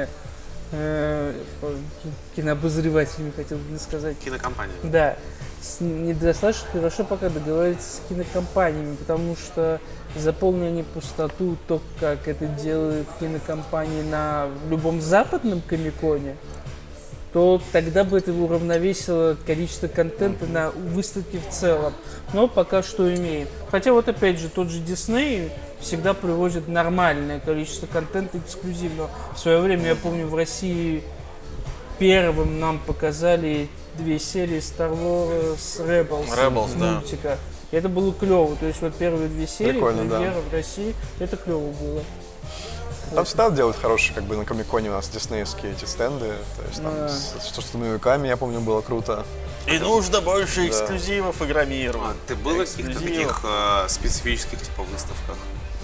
кинообозревателями, хотел бы сказать. Кинокомпания. Да, недостаточно хорошо пока договаривается с кинокомпаниями, потому что заполнили они пустоту, то, как это делают кинокомпании на любом западном комиконе, то тогда бы это уравновесило количество контента на выставке в целом. Но пока что имеем. Хотя вот опять же тот же Disney всегда привозит нормальное количество контента эксклюзивного. В свое время, я помню, в России первым нам показали 2 серии Star Wars Rebels, да. мультика. И это было клево. То есть вот первые 2 серии, Прикольно, да. премьера в России, это клево было. Там всегда делают хорошие, как бы на Комиконе у нас диснеевские эти стенды, то есть там Да. что с новиками, я помню, было круто. и нужно больше эксклюзивов Игромиру. А ты был на каких-то Эксклюзивов. таких специфических типа выставках?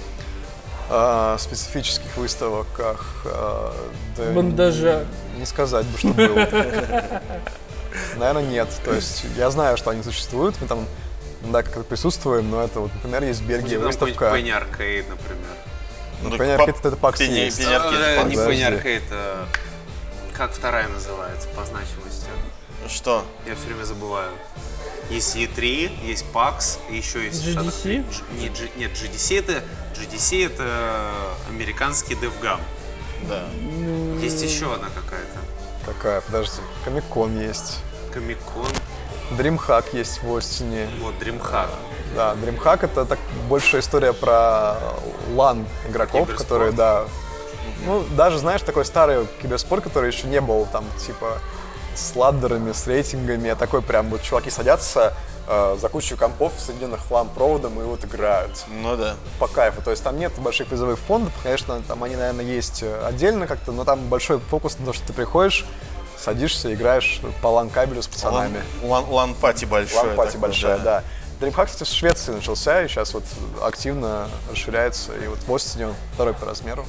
Специфических выставках, да, Бандажа. не сказать бы, что был. Наверное, нет. То есть я знаю, что они существуют, мы там, да, как присутствуем, но это вот, например, есть в Бельгии Там выставка. какой-нибудь Penny Arcade, например. Ну, Ну, Penny по- Arcade это PAX Penny- есть. Penny Arcade, Не подожди. Penny Arcade, как вторая называется по значимости? Что? Я все время забываю. Есть E3, есть PAX, и еще есть... GDC? что-то- Нет, GDC это американский DevGam. Да. Есть еще одна какая-то. Какая? Подожди. Комик-кон есть. Комик-кон, DreamHack есть в Остине. вот, DreamHack. Да, DreamHack это так большая история про LAN игроков, Киберспорт. которые, да. Ну, даже, знаешь, такой старый киберспорт, который еще не был там, типа, с ладдерами, с рейтингами, а такой прям вот чуваки садятся за кучу компов, соединенных LAN-проводом, и вот играют Ну да. по кайфу. То есть там нет больших призовых фондов, конечно, там они, наверное, есть отдельно как-то, но там большой фокус на то, что ты приходишь, садишься, играешь по LAN-кабелю с пацанами. Лан-пати большой. Лан-пати такой, большая, да. да. DreamHack, кстати, в Швеции начался, и сейчас вот активно расширяется, и вот в Остине он второй по размеру.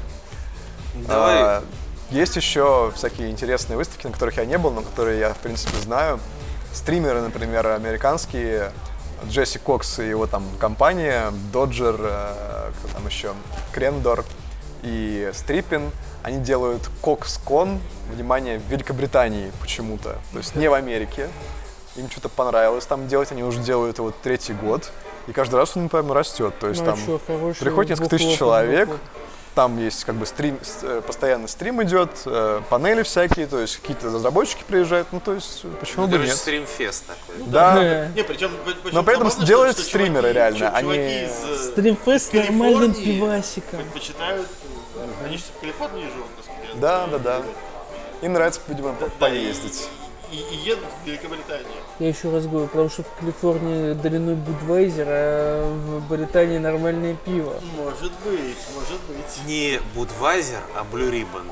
Давай. Есть еще всякие интересные выставки, на которых я не был, но которые я, в принципе, знаю. Стримеры, например, американские, Джесси Кокс и его там компания, Доджер, кто там еще, Крендор и Стрипин, они делают Кокс-кон, внимание, в Великобритании почему-то, то есть не в Америке. Им что-то понравилось там делать, они уже делают его 3-й год, и каждый раз он, по-моему, растет. То есть Ну, а там чё, хороший приходит несколько тысяч двухлопный человек, двухлоп. Там есть как бы постоянно стрим идет, панели всякие, то есть какие-то разработчики приезжают, ну то есть почему бы Короче, нет. стримфест такой. Да, Не, причем но при этом забавно, делают что стримеры чуваки- реально, чуваки они... из Стримфест с нормальным Калифорнии пивасиком. предпочитают, они же в Калифорнии живут, насколько я Да, знаю. да, да. Им нравится, видимо, поездить. И едут в Великобританию. Я еще раз говорю, потому что в Калифорнии дрянной Будвайзер, а в Британии нормальное пиво. Может быть, может быть. Не Budweiser, а Blue Ribbon.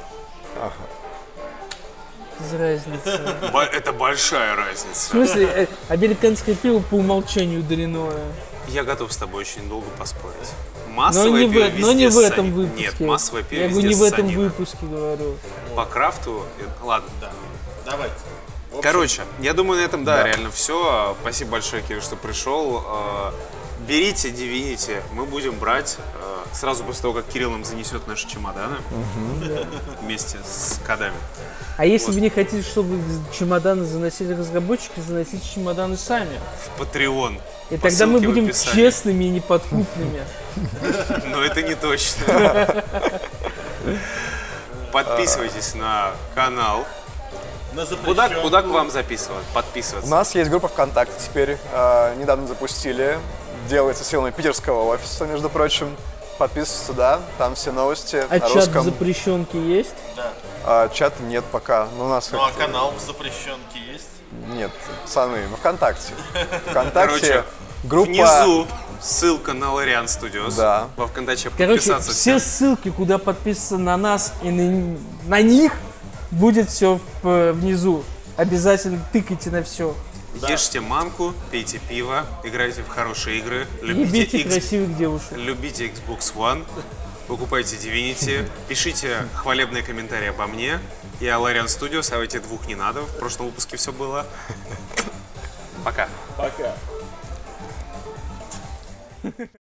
Без разницы. Это большая В разница. смысле, американское пиво по умолчанию дрянное. Я готов с тобой очень долго поспорить. Но Массовое не, пиво но не везде в этом ссанина. выпуске. Нет, массовое пиво Я говорю, везде не в этом ссанина. выпуске говорю. По крафту, ладно. Да. Давайте. В общем, Короче, я думаю, на этом, да, реально все. Спасибо большое, Кирилл, что пришел. Берите Divinity, мы будем брать сразу после того, как Кирилл нам занесет наши чемоданы вместе с кодами. А если вы не хотите, чтобы чемоданы заносили разработчики, заносите чемоданы сами. В Patreon. И По тогда мы ссылке в будем описании. честными и неподкупными. Но это не точно. Подписывайтесь на канал. на Куда запрещенку. к вам записывать? У Подписываться? нас есть группа ВКонтакте теперь, недавно запустили, делается силами питерского офиса, между прочим. Подписывайтесь туда, там все новости А на чат в русском. запрещенке есть? Чата нет пока, но у нас Ну а канал в запрещенке есть? нет, пацаны, ну ВКонтакте. Короче, ВКонтакте группа... внизу ссылка на Larian Studios. Да. Во ВКонтакте Короче, подписаться все всем. ссылки, куда подписаться на нас и на них, будет все внизу. Обязательно тыкайте на все. Ешьте манку, пейте пиво, играйте в хорошие игры, Ебите любите красивых девушек. любите Xbox One, покупайте Divinity, пишите хвалебные комментарии обо мне и о Larian Studios, а этих двух не надо, в прошлом выпуске все было. Пока. Пока.